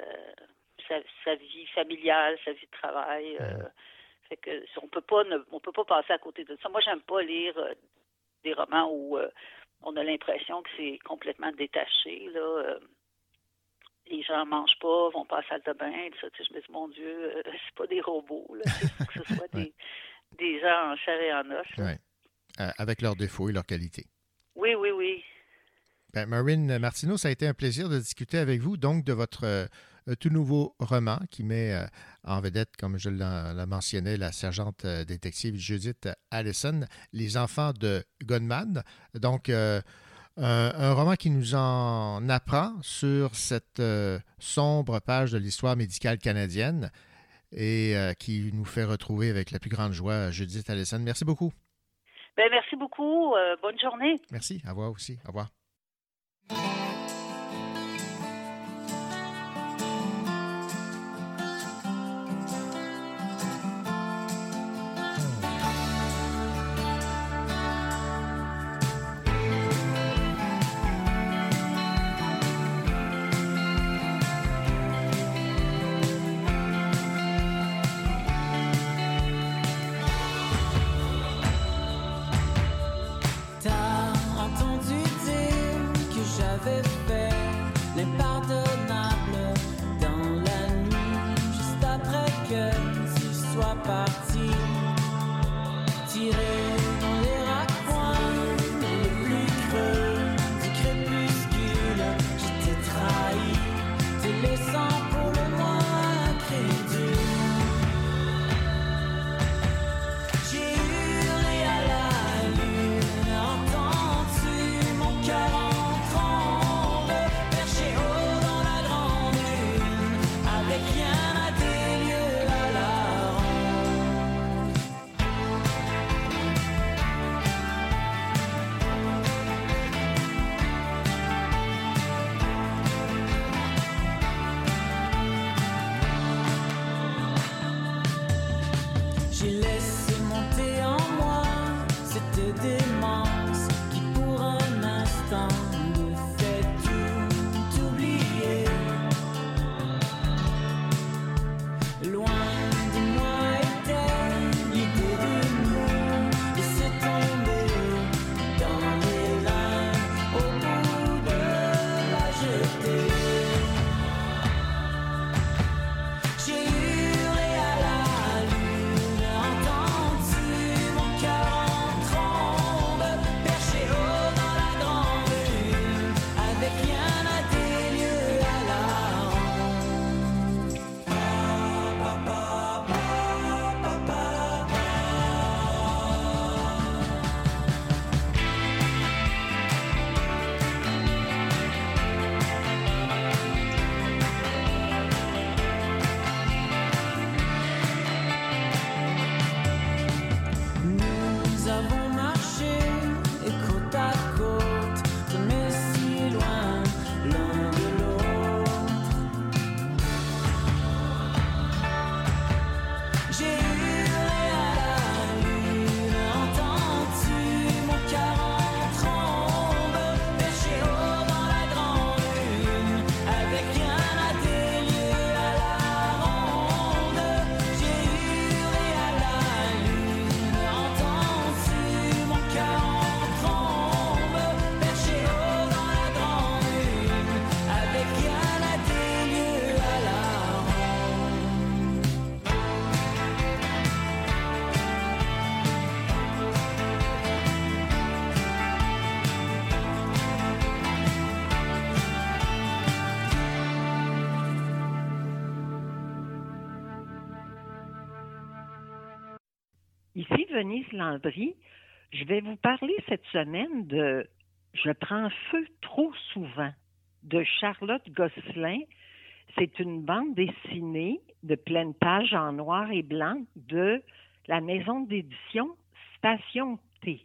sa vie familiale, sa vie de travail. Fait que on peut pas passer à côté de ça. Moi, j'aime pas lire des romans où on a l'impression que c'est complètement détaché, là. Les gens ne mangent pas, vont pas à la salle de bain, tout ça. Je me dis, mon Dieu, c'est pas des robots, là. Il faut que ce soit des gens en chair et en os. Oui, avec leurs défauts et leurs qualités. Oui. Ben, Maureen Martineau, ça a été un plaisir de discuter avec vous, donc, de votre tout nouveau roman qui met en vedette, comme je l'ai mentionné, la sergente détective Judith Allison, Les enfants de Gunman. Donc, un roman qui nous en apprend sur cette sombre page de l'histoire médicale canadienne et qui nous fait retrouver avec la plus grande joie Judith Allison. Merci beaucoup. Bien, merci beaucoup. Bonne journée. Merci. À vous aussi. Au revoir. T'as entendu dire temps me fait tout oublier. Loin de moi était l'idée de se tomber dans les reins au bout de la jetée. J'ai hurlé à la lune, entends-tu mon cœur en trombe, perché haut dans la grande lune, avec rien à des lieux à la ronde. Nous avons marché côte à côte, mais si loin l'un de l'autre. J'ai hurlé à la lune, entends-tu mon cœur en trombe, perché haut dans la grande lune, avec rien à des lieux à la ronde. J'ai hurlé à la lune, entends-tu mon cœur en trombe, perché haut dans la grande lune, avec rien à des lieux à la ronde. Ici Venise Landry. Je vais vous parler cette semaine de Je prends feu trop souvent de Charlotte Gosselin. C'est une bande dessinée de pleine page en noir et blanc de la maison d'édition Station T.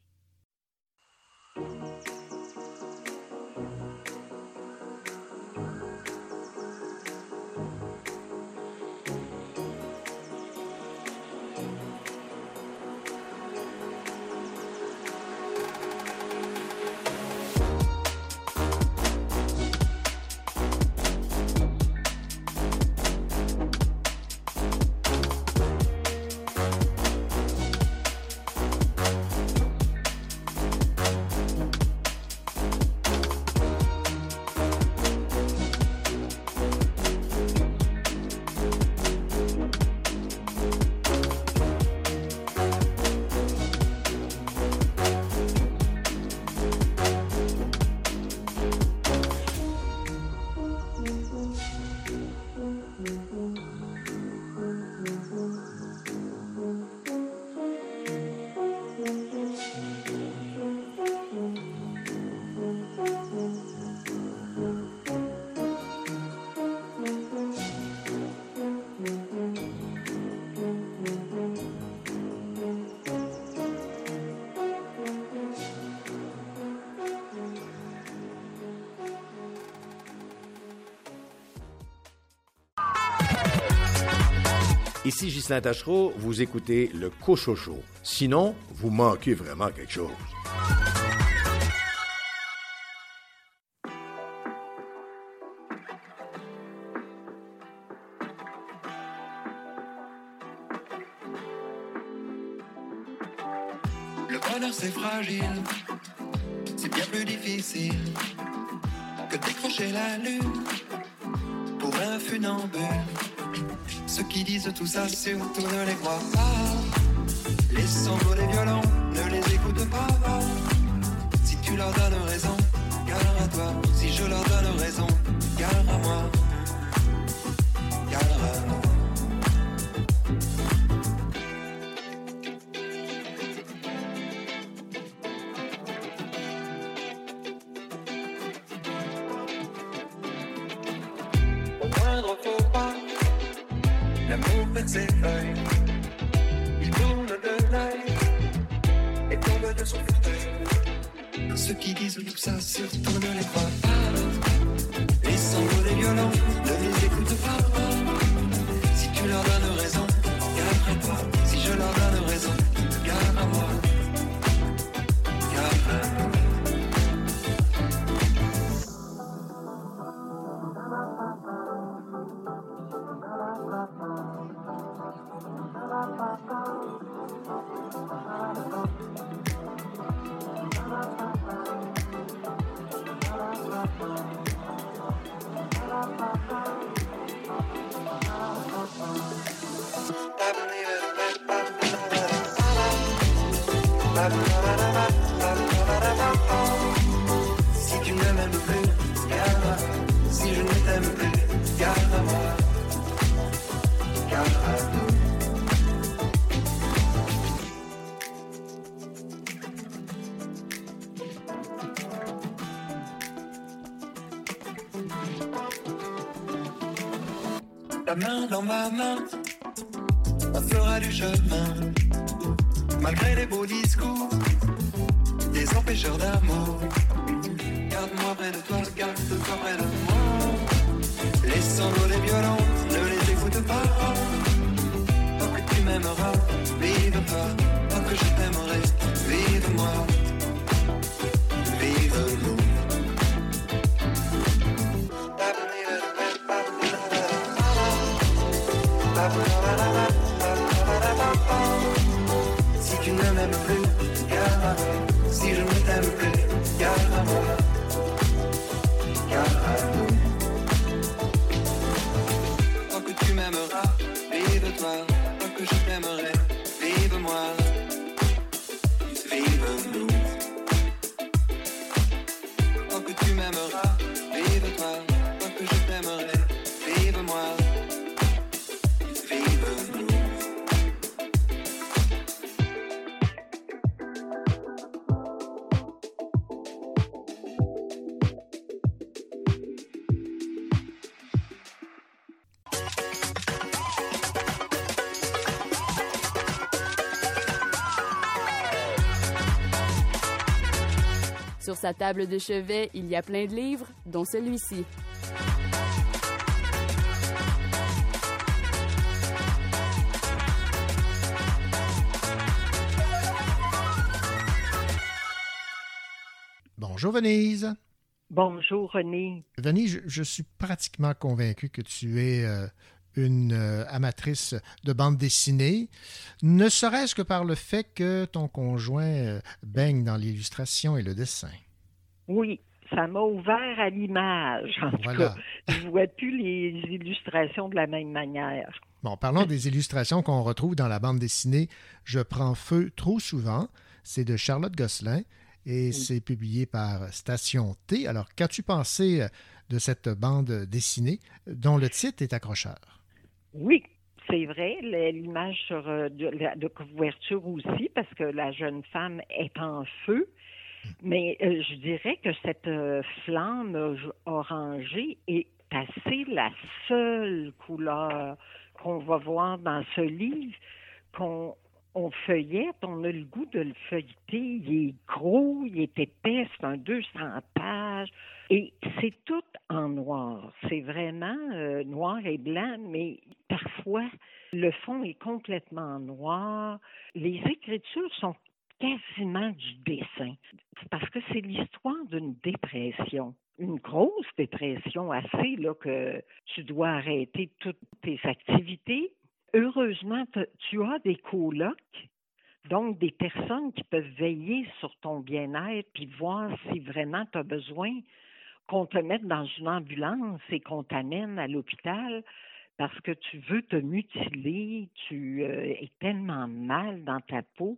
Ici Ghislain Tachereau, vous écoutez le Cochocho. Sinon, vous manquez vraiment quelque chose. Le bonheur c'est fragile, c'est bien plus difficile que décrocher la lune pour un funambule. Ceux qui disent tout ça, surtout ne les croient pas. Les sanglots des violons, ne les écoute pas. Si tu leur donnes raison, gare à toi. Si je leur donne raison, gare à moi. Gare à moi. Au moindre faux pas, l'amour perd ses feuilles. Il tourne de l'œil et tombe de son fauteuil. Ceux qui disent tout ça, surtout ne les croient pas. Les sanglots des violons, ne les écoute pas. Si tu leur donnes raison, gare à toi. Si je leur donne raison, gare à moi. Gare à moi. Si tu ne m'aimes plus, garde à moi. Si je ne t'aime plus, garde à moi. Garde à nous. Ta main dans ma main, on fera du chemin. Malgré les beaux discours, des empêcheurs d'amour. Garde-moi près de toi, garde-toi près de moi. Les sanglots des violences, ne les écoute pas. Tant que tu m'aimeras, vive-toi. Tant que je t'aimerai, vive-moi. Vive-nous. Si tu ne m'aimes plus, garde à moi. Si je ne t'aime plus, garde à moi. Garde à nous. Tant que tu m'aimeras, vive-toi. Tant que je t'aimerai, vive-moi. Vive-nous. Tant que tu m'aimeras, vive-toi. Tant que je t'aimerai, vive-moi. Sur sa table de chevet, il y a plein de livres, dont celui-ci. Bonjour Venise. Bonjour René. Venise, je suis pratiquement convaincu que tu es une amatrice de bande dessinée, ne serait-ce que par le fait que ton conjoint baigne dans l'illustration et le dessin. Oui, ça m'a ouvert à l'image. En tout cas, je ne vois plus les illustrations de la même manière. Bon, parlons des illustrations qu'on retrouve dans la bande dessinée « Je prends feu trop souvent ». C'est de Charlotte Gosselin et c'est publié par Station T. Alors, qu'as-tu pensé de cette bande dessinée dont le titre est accrocheur? Oui, c'est vrai. L'image sur de couverture aussi, parce que la jeune femme est en feu. Mais je dirais que cette flamme orangée est assez la seule couleur qu'on va voir dans ce livre, qu'on feuillette, on a le goût de le feuilleter. Il est gros, il est épais, c'est un 200 pages. Et c'est tout en noir. C'est vraiment noir et blanc, mais parfois, le fond est complètement noir. Les écritures sont quasiment du dessin. Parce que c'est l'histoire d'une dépression. Une grosse dépression assez là, que tu dois arrêter toutes tes activités. Heureusement, tu as des colocs, donc des personnes qui peuvent veiller sur ton bien-être puis voir si vraiment tu as besoin qu'on te mette dans une ambulance et qu'on t'amène à l'hôpital parce que tu veux te mutiler, tu es tellement mal dans ta peau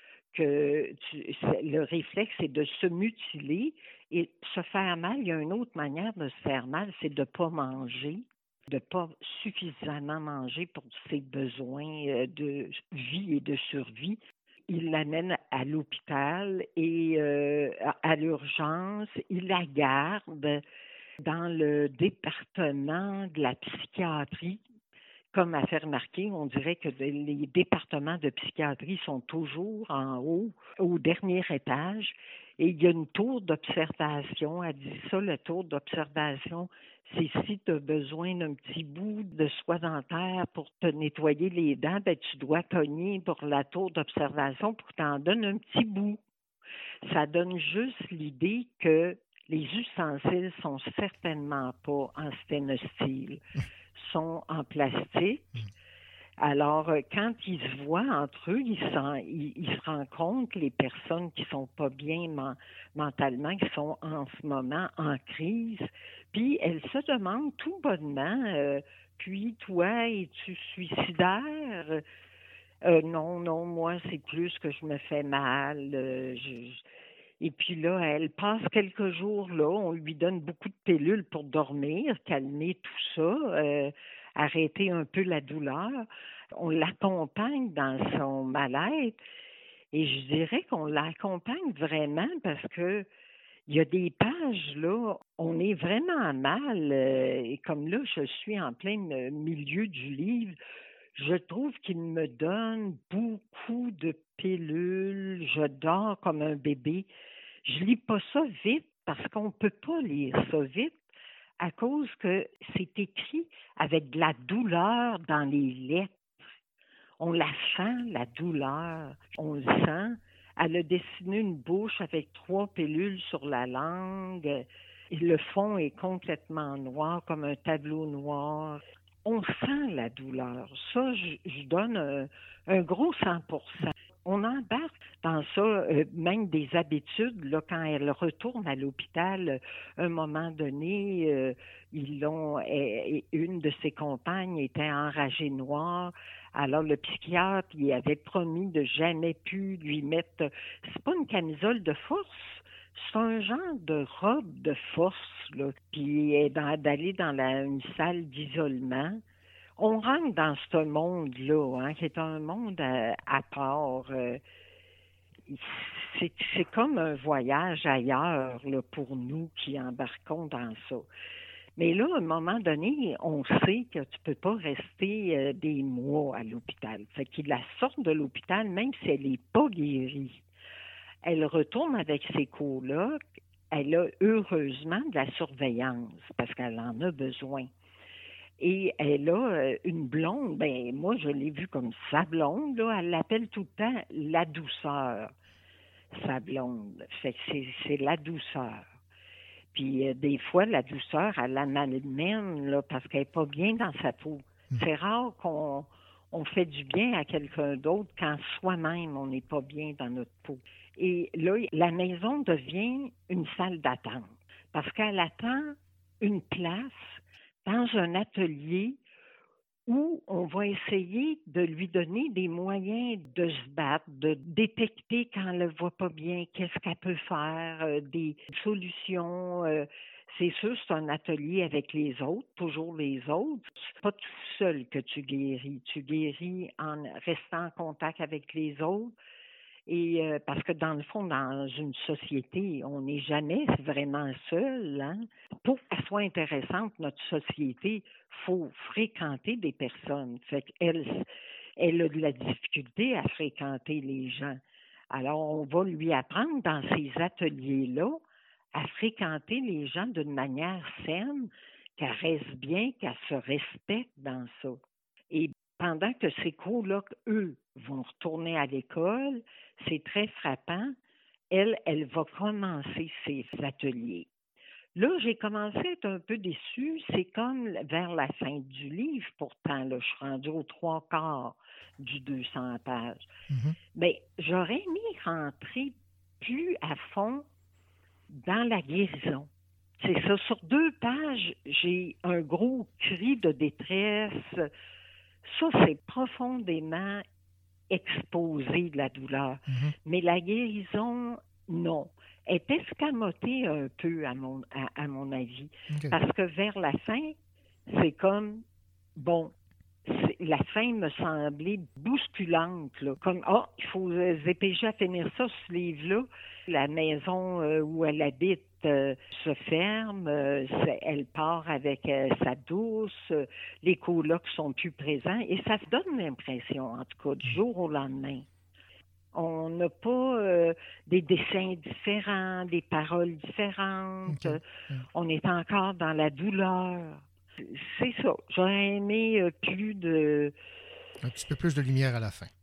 que le réflexe est de se mutiler et se faire mal. Il y a une autre manière de se faire mal, c'est de ne pas manger, de ne pas suffisamment manger pour ses besoins de vie et de survie. Il l'amène à l'hôpital et à l'urgence. Il la garde dans le département de la psychiatrie. Comme a fait remarquer, on dirait que les départements de psychiatrie sont toujours en haut, au dernier étage. Et il y a une tour d'observation. Elle dit ça, le tour d'observation, c'est si tu as besoin d'un petit bout de soie dentaire pour te nettoyer les dents, ben tu dois cogner pour la tour d'observation pour que tu en donnes un petit bout. Ça donne juste l'idée que les ustensiles sont certainement pas en sténostyle, sont en plastique. Alors, quand ils se voient entre eux, ils se rendent compte, les personnes qui sont pas bien mentalement, qui sont en ce moment en crise, puis elles se demandent tout bonnement, puis toi, es-tu suicidaire? Non, moi, c'est plus que je me fais mal. Et puis là, elle passe quelques jours là, on lui donne beaucoup de pilules pour dormir, calmer tout ça, arrêter un peu la douleur. On l'accompagne dans son mal-être et je dirais qu'on l'accompagne vraiment parce que il y a des pages, là, on est vraiment mal. Et comme là, je suis en plein milieu du livre, je trouve qu'il me donne beaucoup de pilules. Je dors comme un bébé. Je lis pas ça vite parce qu'on ne peut pas lire ça vite à cause que c'est écrit avec de la douleur dans les lettres. On la sent, la douleur. On le sent. Elle a dessiné une bouche avec 3 pilules sur la langue. Et le fond est complètement noir, comme un tableau noir. On sent la douleur. Ça, je donne un gros 100%. On embarque dans ça, même des habitudes. Là, quand elle retourne à l'hôpital, à un moment donné, une de ses compagnes était enragée noire. Alors, le psychiatre, il avait promis de jamais plus lui mettre... C'est pas une camisole de force, c'est un genre de robe de force, là. Puis d'aller dans une salle d'isolement. On rentre dans ce monde-là, hein, qui est un monde à part. C'est comme un voyage ailleurs là, pour nous qui embarquons dans ça. Mais là, à un moment donné, on sait que tu peux pas rester des mois à l'hôpital. Fait qu'il la sort de l'hôpital, même si elle n'est pas guérie. Elle retourne avec ses colocs. Elle a heureusement de la surveillance parce qu'elle en a besoin. Et elle a une blonde, ben moi je l'ai vue comme sa blonde, là, elle l'appelle tout le temps la douceur, sa blonde. Fait que c'est la douceur. Puis des fois, la douceur, elle la malmène là, parce qu'elle n'est pas bien dans sa peau. C'est rare qu'on fait du bien à quelqu'un d'autre quand soi-même, on n'est pas bien dans notre peau. Et là, la maison devient une salle d'attente parce qu'elle attend une place dans un atelier où on va essayer de lui donner des moyens de se battre, de détecter quand elle ne va pas bien, qu'est-ce qu'elle peut faire, des solutions. C'est sûr, c'est un atelier avec les autres, toujours les autres. C'est pas tout seul que tu guéris. Tu guéris en restant en contact avec les autres. Et parce que dans le fond, dans une société, on n'est jamais vraiment seul. Hein? Pour qu'elle soit intéressante, notre société, il faut fréquenter des personnes. Fait qu'elle a de la difficulté à fréquenter les gens. Alors, on va lui apprendre dans ces ateliers-là à fréquenter les gens d'une manière saine, qu'elle reste bien, qu'elle se respecte dans ça. Et pendant que ces colocs, eux, vont retourner à l'école, c'est très frappant. Elle va commencer ses ateliers. Là, j'ai commencé à être un peu déçue. C'est comme vers la fin du livre, pourtant. Là, je suis rendue aux 3/4 du 200 pages. Bien, j'aurais aimé rentrer plus à fond dans la guérison. C'est ça. Sur 2 pages, j'ai un gros cri de détresse. Ça, c'est profondément exposé de la douleur. Mais la guérison, non. Elle est escamotée un peu, à mon avis. Parce que vers la fin, c'est comme, bon, la fin me semblait bousculante, là, comme, il faut dépêcher à finir ça, ce livre-là. La maison où elle habite se ferme, elle part avec sa douce, les colocs sont plus présents, et ça donne l'impression, en tout cas, du jour au lendemain. On n'a pas des dessins différents, des paroles différentes, on est encore dans la douleur. C'est ça. J'aurais aimé plus de... Un petit peu plus de lumière à la fin.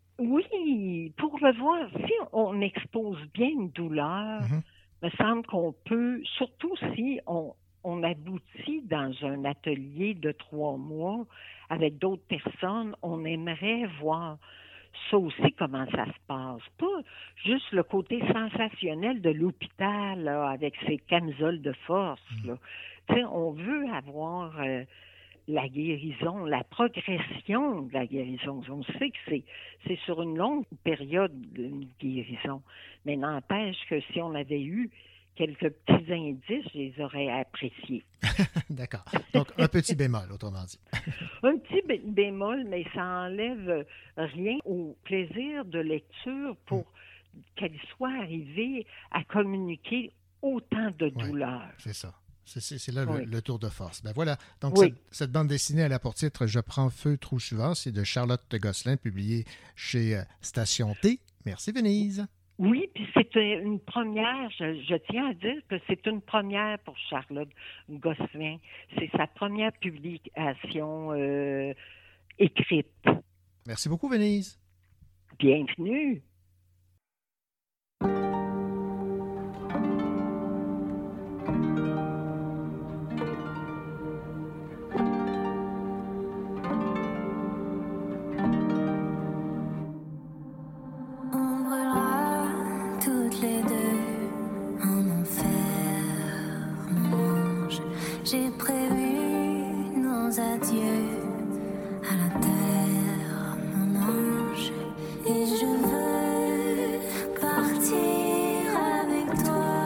Oui, pour le voir, si on expose bien une douleur, me semble qu'on peut, surtout si on aboutit dans un atelier de 3 mois avec d'autres personnes, on aimerait voir ça aussi, comment ça se passe. Pas juste le côté sensationnel de l'hôpital là, avec ses camisoles de force. Là. On veut avoir la guérison, la progression de la guérison. On sait que c'est sur une longue période une guérison, mais n'empêche que si on avait eu quelques petits indices, je les aurais appréciés. D'accord. Donc, un petit bémol, autrement dit. Un petit bémol, mais ça enlève rien au plaisir de lecture pour qu'elle soit arrivée à communiquer autant de douleur. C'est ça. C'est là Oui. le tour de force. Ben voilà. Donc, Oui. cette bande dessinée, elle a pour titre « Je prends feu trop souvent ». C'est de Charlotte Gosselin, publiée chez Station T. Merci, Venise. Oui, puis c'est une première, je tiens à dire que c'est une première pour Charlotte Gosselin. C'est sa première publication écrite. Merci beaucoup, Venise. Bienvenue. On brûlera toutes les deux en enfer, mon ange. J'ai prévu nos adieux à la terre, mon ange. Et je veux partir avec toi.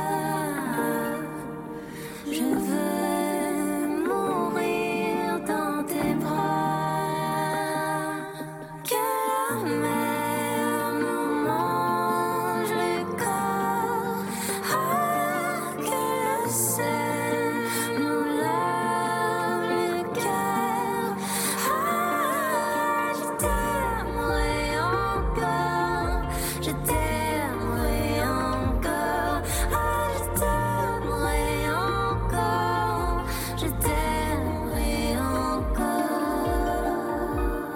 Je veux mourir dans tes bras. Que la mer nous mange le corps. Ah, que le sel nous lave le cœur. Ah, je t'aimerai encore. Je t'aimerai encore. Ah, je t'aimerai encore. Je t'aimerai encore.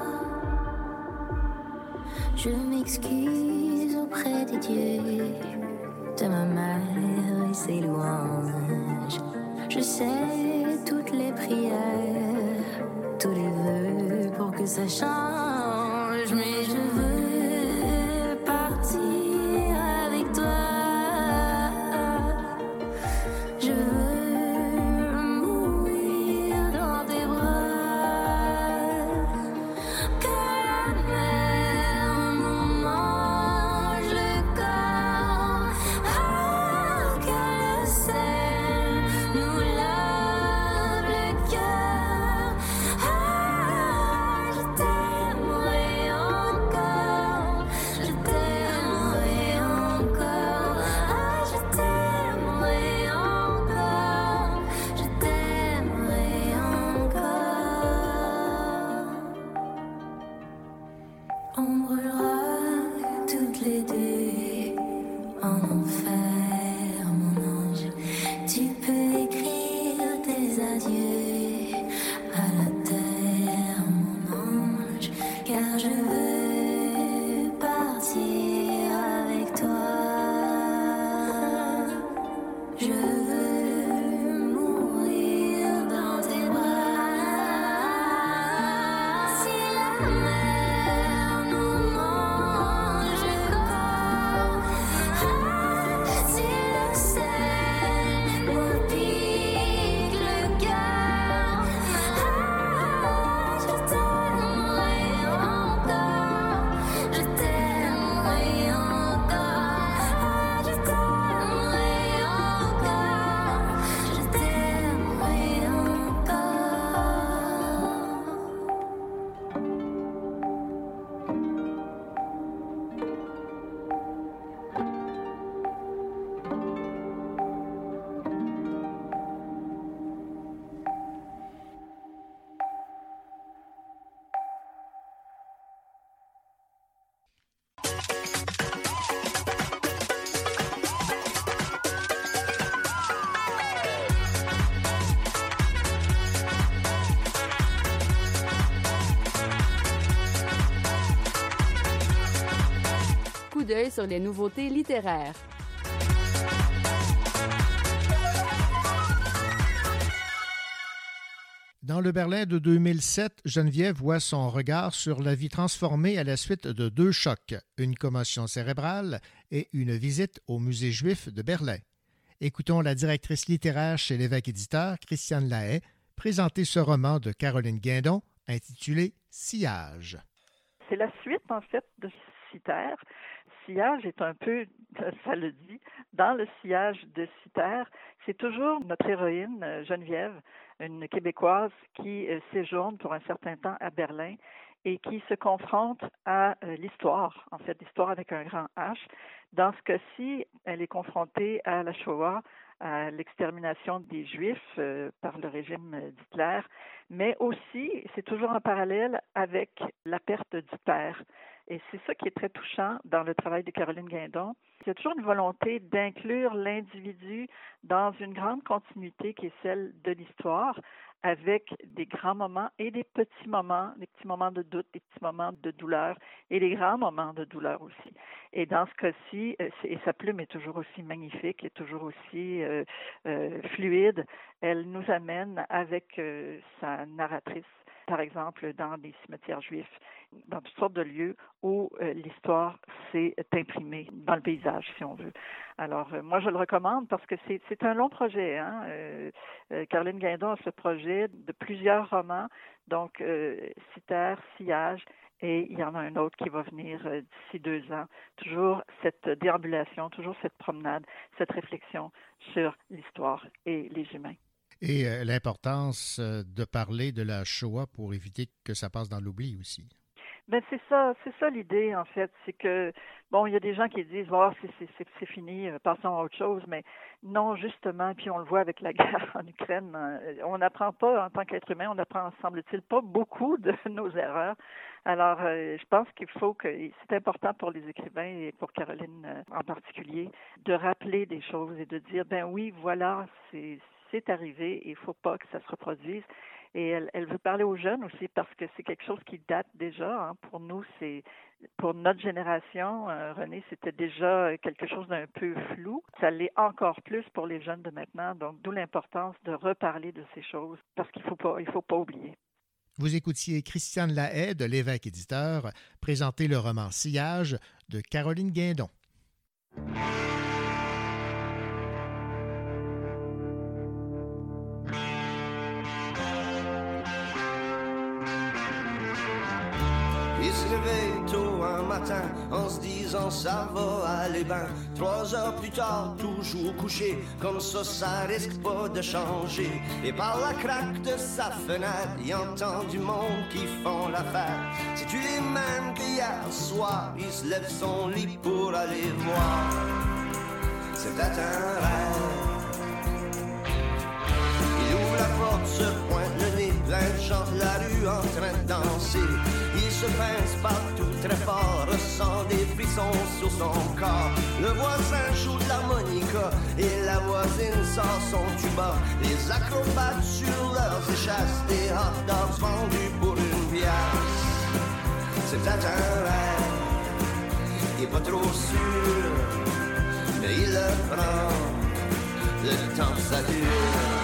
Je m'excuse auprès des dieux, de ma mère et ses louanges. Je sais toutes les prières, tous les vœux pour que ça change. Mais je veux partir avec toi. Je veux mourir dans tes bras. Que la mer nous mange le corps. Ah, que le sel nous lave le cœur. Ah, je t'aimerai encore. Je t'aimerai encore. Ah, je t'aimerai encore. Je t'aimerai encore. On brûlera toutes les deux en enfer, mon ange. Tu peux écrire tes adieux à la terre, mon ange, car je veux partir avec toi. Je veux mourir dans tes bras. Si la mer nous mange le corps, ah, si le sel nous pique le cœur, ah, je t'aimerai encore. Je t'aimerai encore. Ah, je t'aimerai encore. Je t'aimerai encore. Coup d'œil sur les nouveautés littéraires. Dans le Berlin de 2007, Geneviève voit son regard sur la vie transformée à la suite de 2 chocs, une commotion cérébrale et une visite au musée juif de Berlin. Écoutons la directrice littéraire chez l'Évêque éditeur, Christiane Lahaye, présenter ce roman de Caroline Guindon intitulé Sillage. C'est la suite, en fait, de Cythère. Sillage est un peu, ça le dit, dans le sillage de Cythère, c'est toujours notre héroïne, Geneviève, une Québécoise qui séjourne pour un certain temps à Berlin et qui se confronte à l'histoire, en fait, l'histoire avec un grand H. Dans ce cas-ci, elle est confrontée à la Shoah, à l'extermination des Juifs par le régime d'Hitler, mais aussi, c'est toujours en parallèle avec la perte du père. Et c'est ça qui est très touchant dans le travail de Caroline Guindon. Il y a toujours une volonté d'inclure l'individu dans une grande continuité qui est celle de l'histoire, avec des grands moments et des petits moments de doute, des petits moments de douleur et des grands moments de douleur aussi. Et dans ce cas-ci, et sa plume est toujours aussi magnifique, est toujours aussi fluide, elle nous amène avec sa narratrice, par exemple, dans des cimetières juifs, dans toutes sortes de lieux où l'histoire s'est imprimée dans le paysage, si on veut. Alors, moi, je le recommande parce que c'est un long projet. Caroline Guindon a ce projet de plusieurs romans, donc Cythère, Sillage, et il y en a un autre qui va venir d'ici 2 ans. Toujours cette déambulation, toujours cette promenade, cette réflexion sur l'histoire et les humains. Et l'importance de parler de la Shoah pour éviter que ça passe dans l'oubli aussi. Ben c'est ça l'idée en fait, c'est que bon, il y a des gens qui disent c'est fini, passons à autre chose, mais non justement, puis on le voit avec la guerre en Ukraine, on n'apprend pas en tant qu'être humain, on apprend semble-t-il pas beaucoup de nos erreurs. Alors je pense qu'il faut que c'est important pour les écrivains et pour Caroline en particulier de rappeler des choses et de dire ben oui, voilà, c'est arrivé, il ne faut pas que ça se reproduise. Et elle veut parler aux jeunes aussi parce que c'est quelque chose qui date déjà. Pour nous, pour notre génération, René, c'était déjà quelque chose d'un peu flou. Ça l'est encore plus pour les jeunes de maintenant. Donc, d'où l'importance de reparler de ces choses parce qu'il faut pas oublier. Vous écoutiez Christiane Lahaye de l'Évêque éditeur présenter le roman Sillage de Caroline Guindon. Il se réveille tôt un matin en se disant ça va aller bien. 3 heures plus tard, toujours couché, comme ça risque pas de changer. Et par la craque de sa fenêtre, il entend du monde qui font l'affaire. C'est-tu les mêmes qu'hier soir, il se lève son lit pour aller voir. C'était un rêve. Il ouvre la porte, se pointe le nez, plein de gens de la rue en train de danser. Il se pince partout très fort, ressent des frissons sur son corps. Le voisin joue de l'harmonica et la voisine sort son tuba. Les acrobates sur leurs échasses, des hot dogs vendus pour 1 pièce. C'était un rêve, il est pas trop sûr, mais il le prend, le temps ça dure.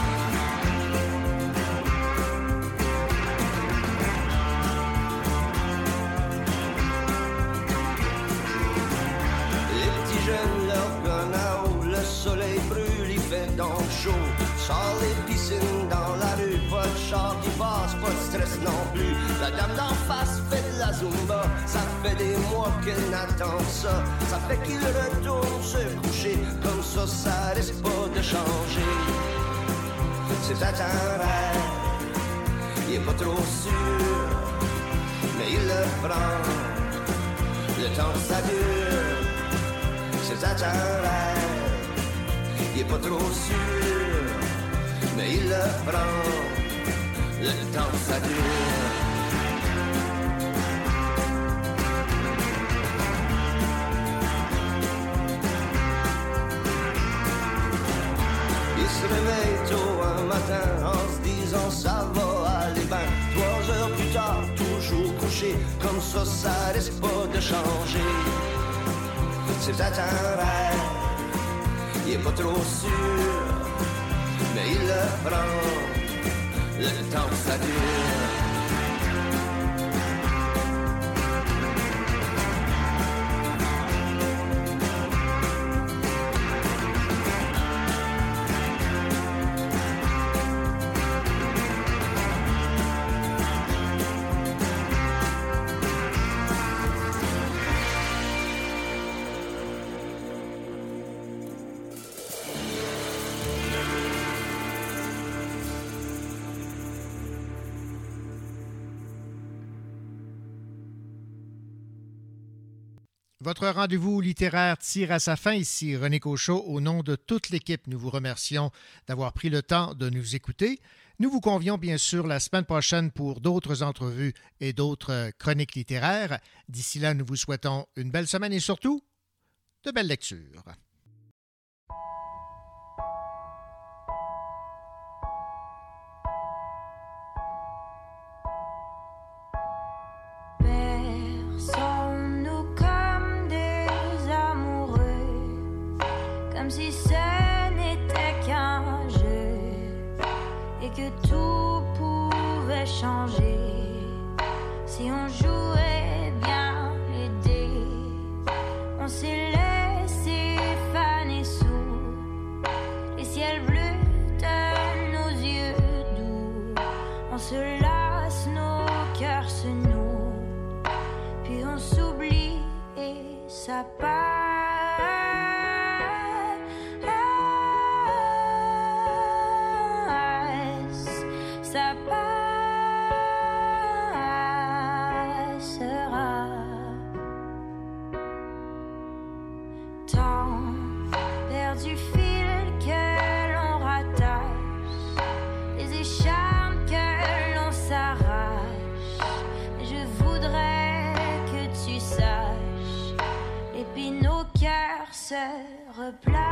Leur gun à eau, le soleil brûle, il fait donc chaud. Sort les piscines dans la rue, pas de char qui passe, pas de stress non plus. La dame d'en face fait de la zumba, ça fait des mois qu'elle n'attend ça. Ça fait qu'il retourne se coucher, comme ça risque pas de changer. C'est un rêve, il est pas trop sûr, mais il le prend, le temps ça dure. C'est un rêve, il est pas trop sûr, mais il le prend, le temps ça dure. Il se réveille tôt un matin en se disant ça va aller bien. 3 heures plus tard, toujours couché, comme ça risque pas de changer. C'est un rêve, il est pas trop sûr, mais il le prend, le temps ça dure. Votre rendez-vous littéraire tire à sa fin. Ici René Cochot. Au nom de toute l'équipe, nous vous remercions d'avoir pris le temps de nous écouter. Nous vous convions bien sûr la semaine prochaine pour d'autres entrevues et d'autres chroniques littéraires. D'ici là, nous vous souhaitons une belle semaine et surtout, de belles lectures. Berçons-nous comme des amoureux, comme si ce n'était qu'un jeu et que tout pouvait changer si on jouait bien les dés. On s'est laissé faner sous les ciels bleus de nos yeux doux. On se lasse, nos cœurs se nouent, puis on s'oublie et ça passe. Ça passera. Tant perdu fil que l'on rattache, les écharpes que l'on s'arrache. Je voudrais que tu saches, et puis nos cœurs se replacent.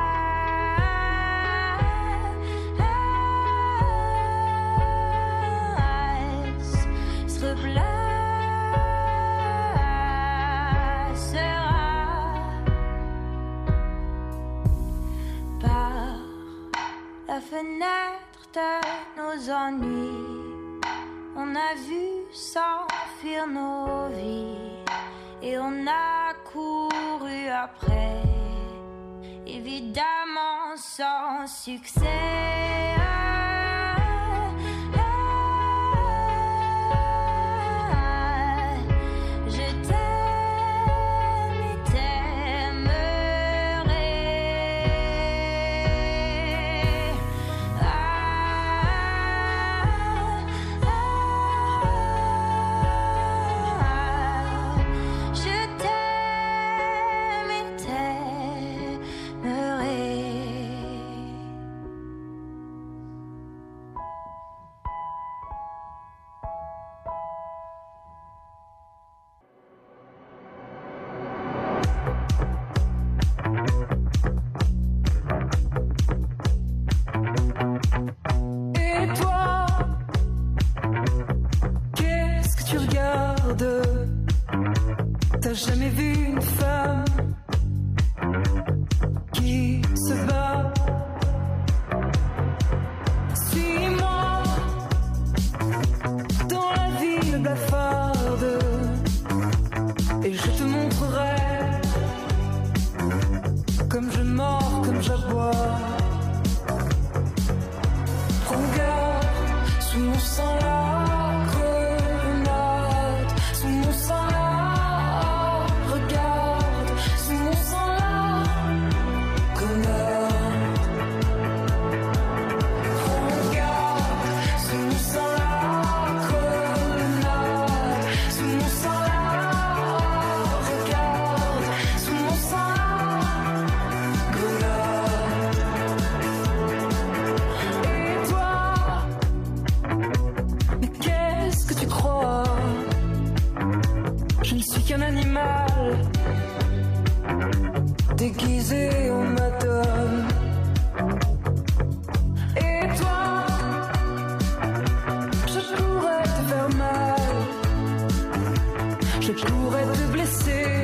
Par la fenêtre de nos ennuis, on a vu s'enfuir nos vies et on a couru après, évidemment sans succès. T'as jamais vu une femme qui se bat? Suis-moi dans la ville blafarde et je te montrerai comme je mords, comme j'aboie. Regarde sous mon sang la grenade, sous mon sang la. Qu'un animal déguisé en madone. Et toi, je pourrais te faire mal, je pourrais te blesser.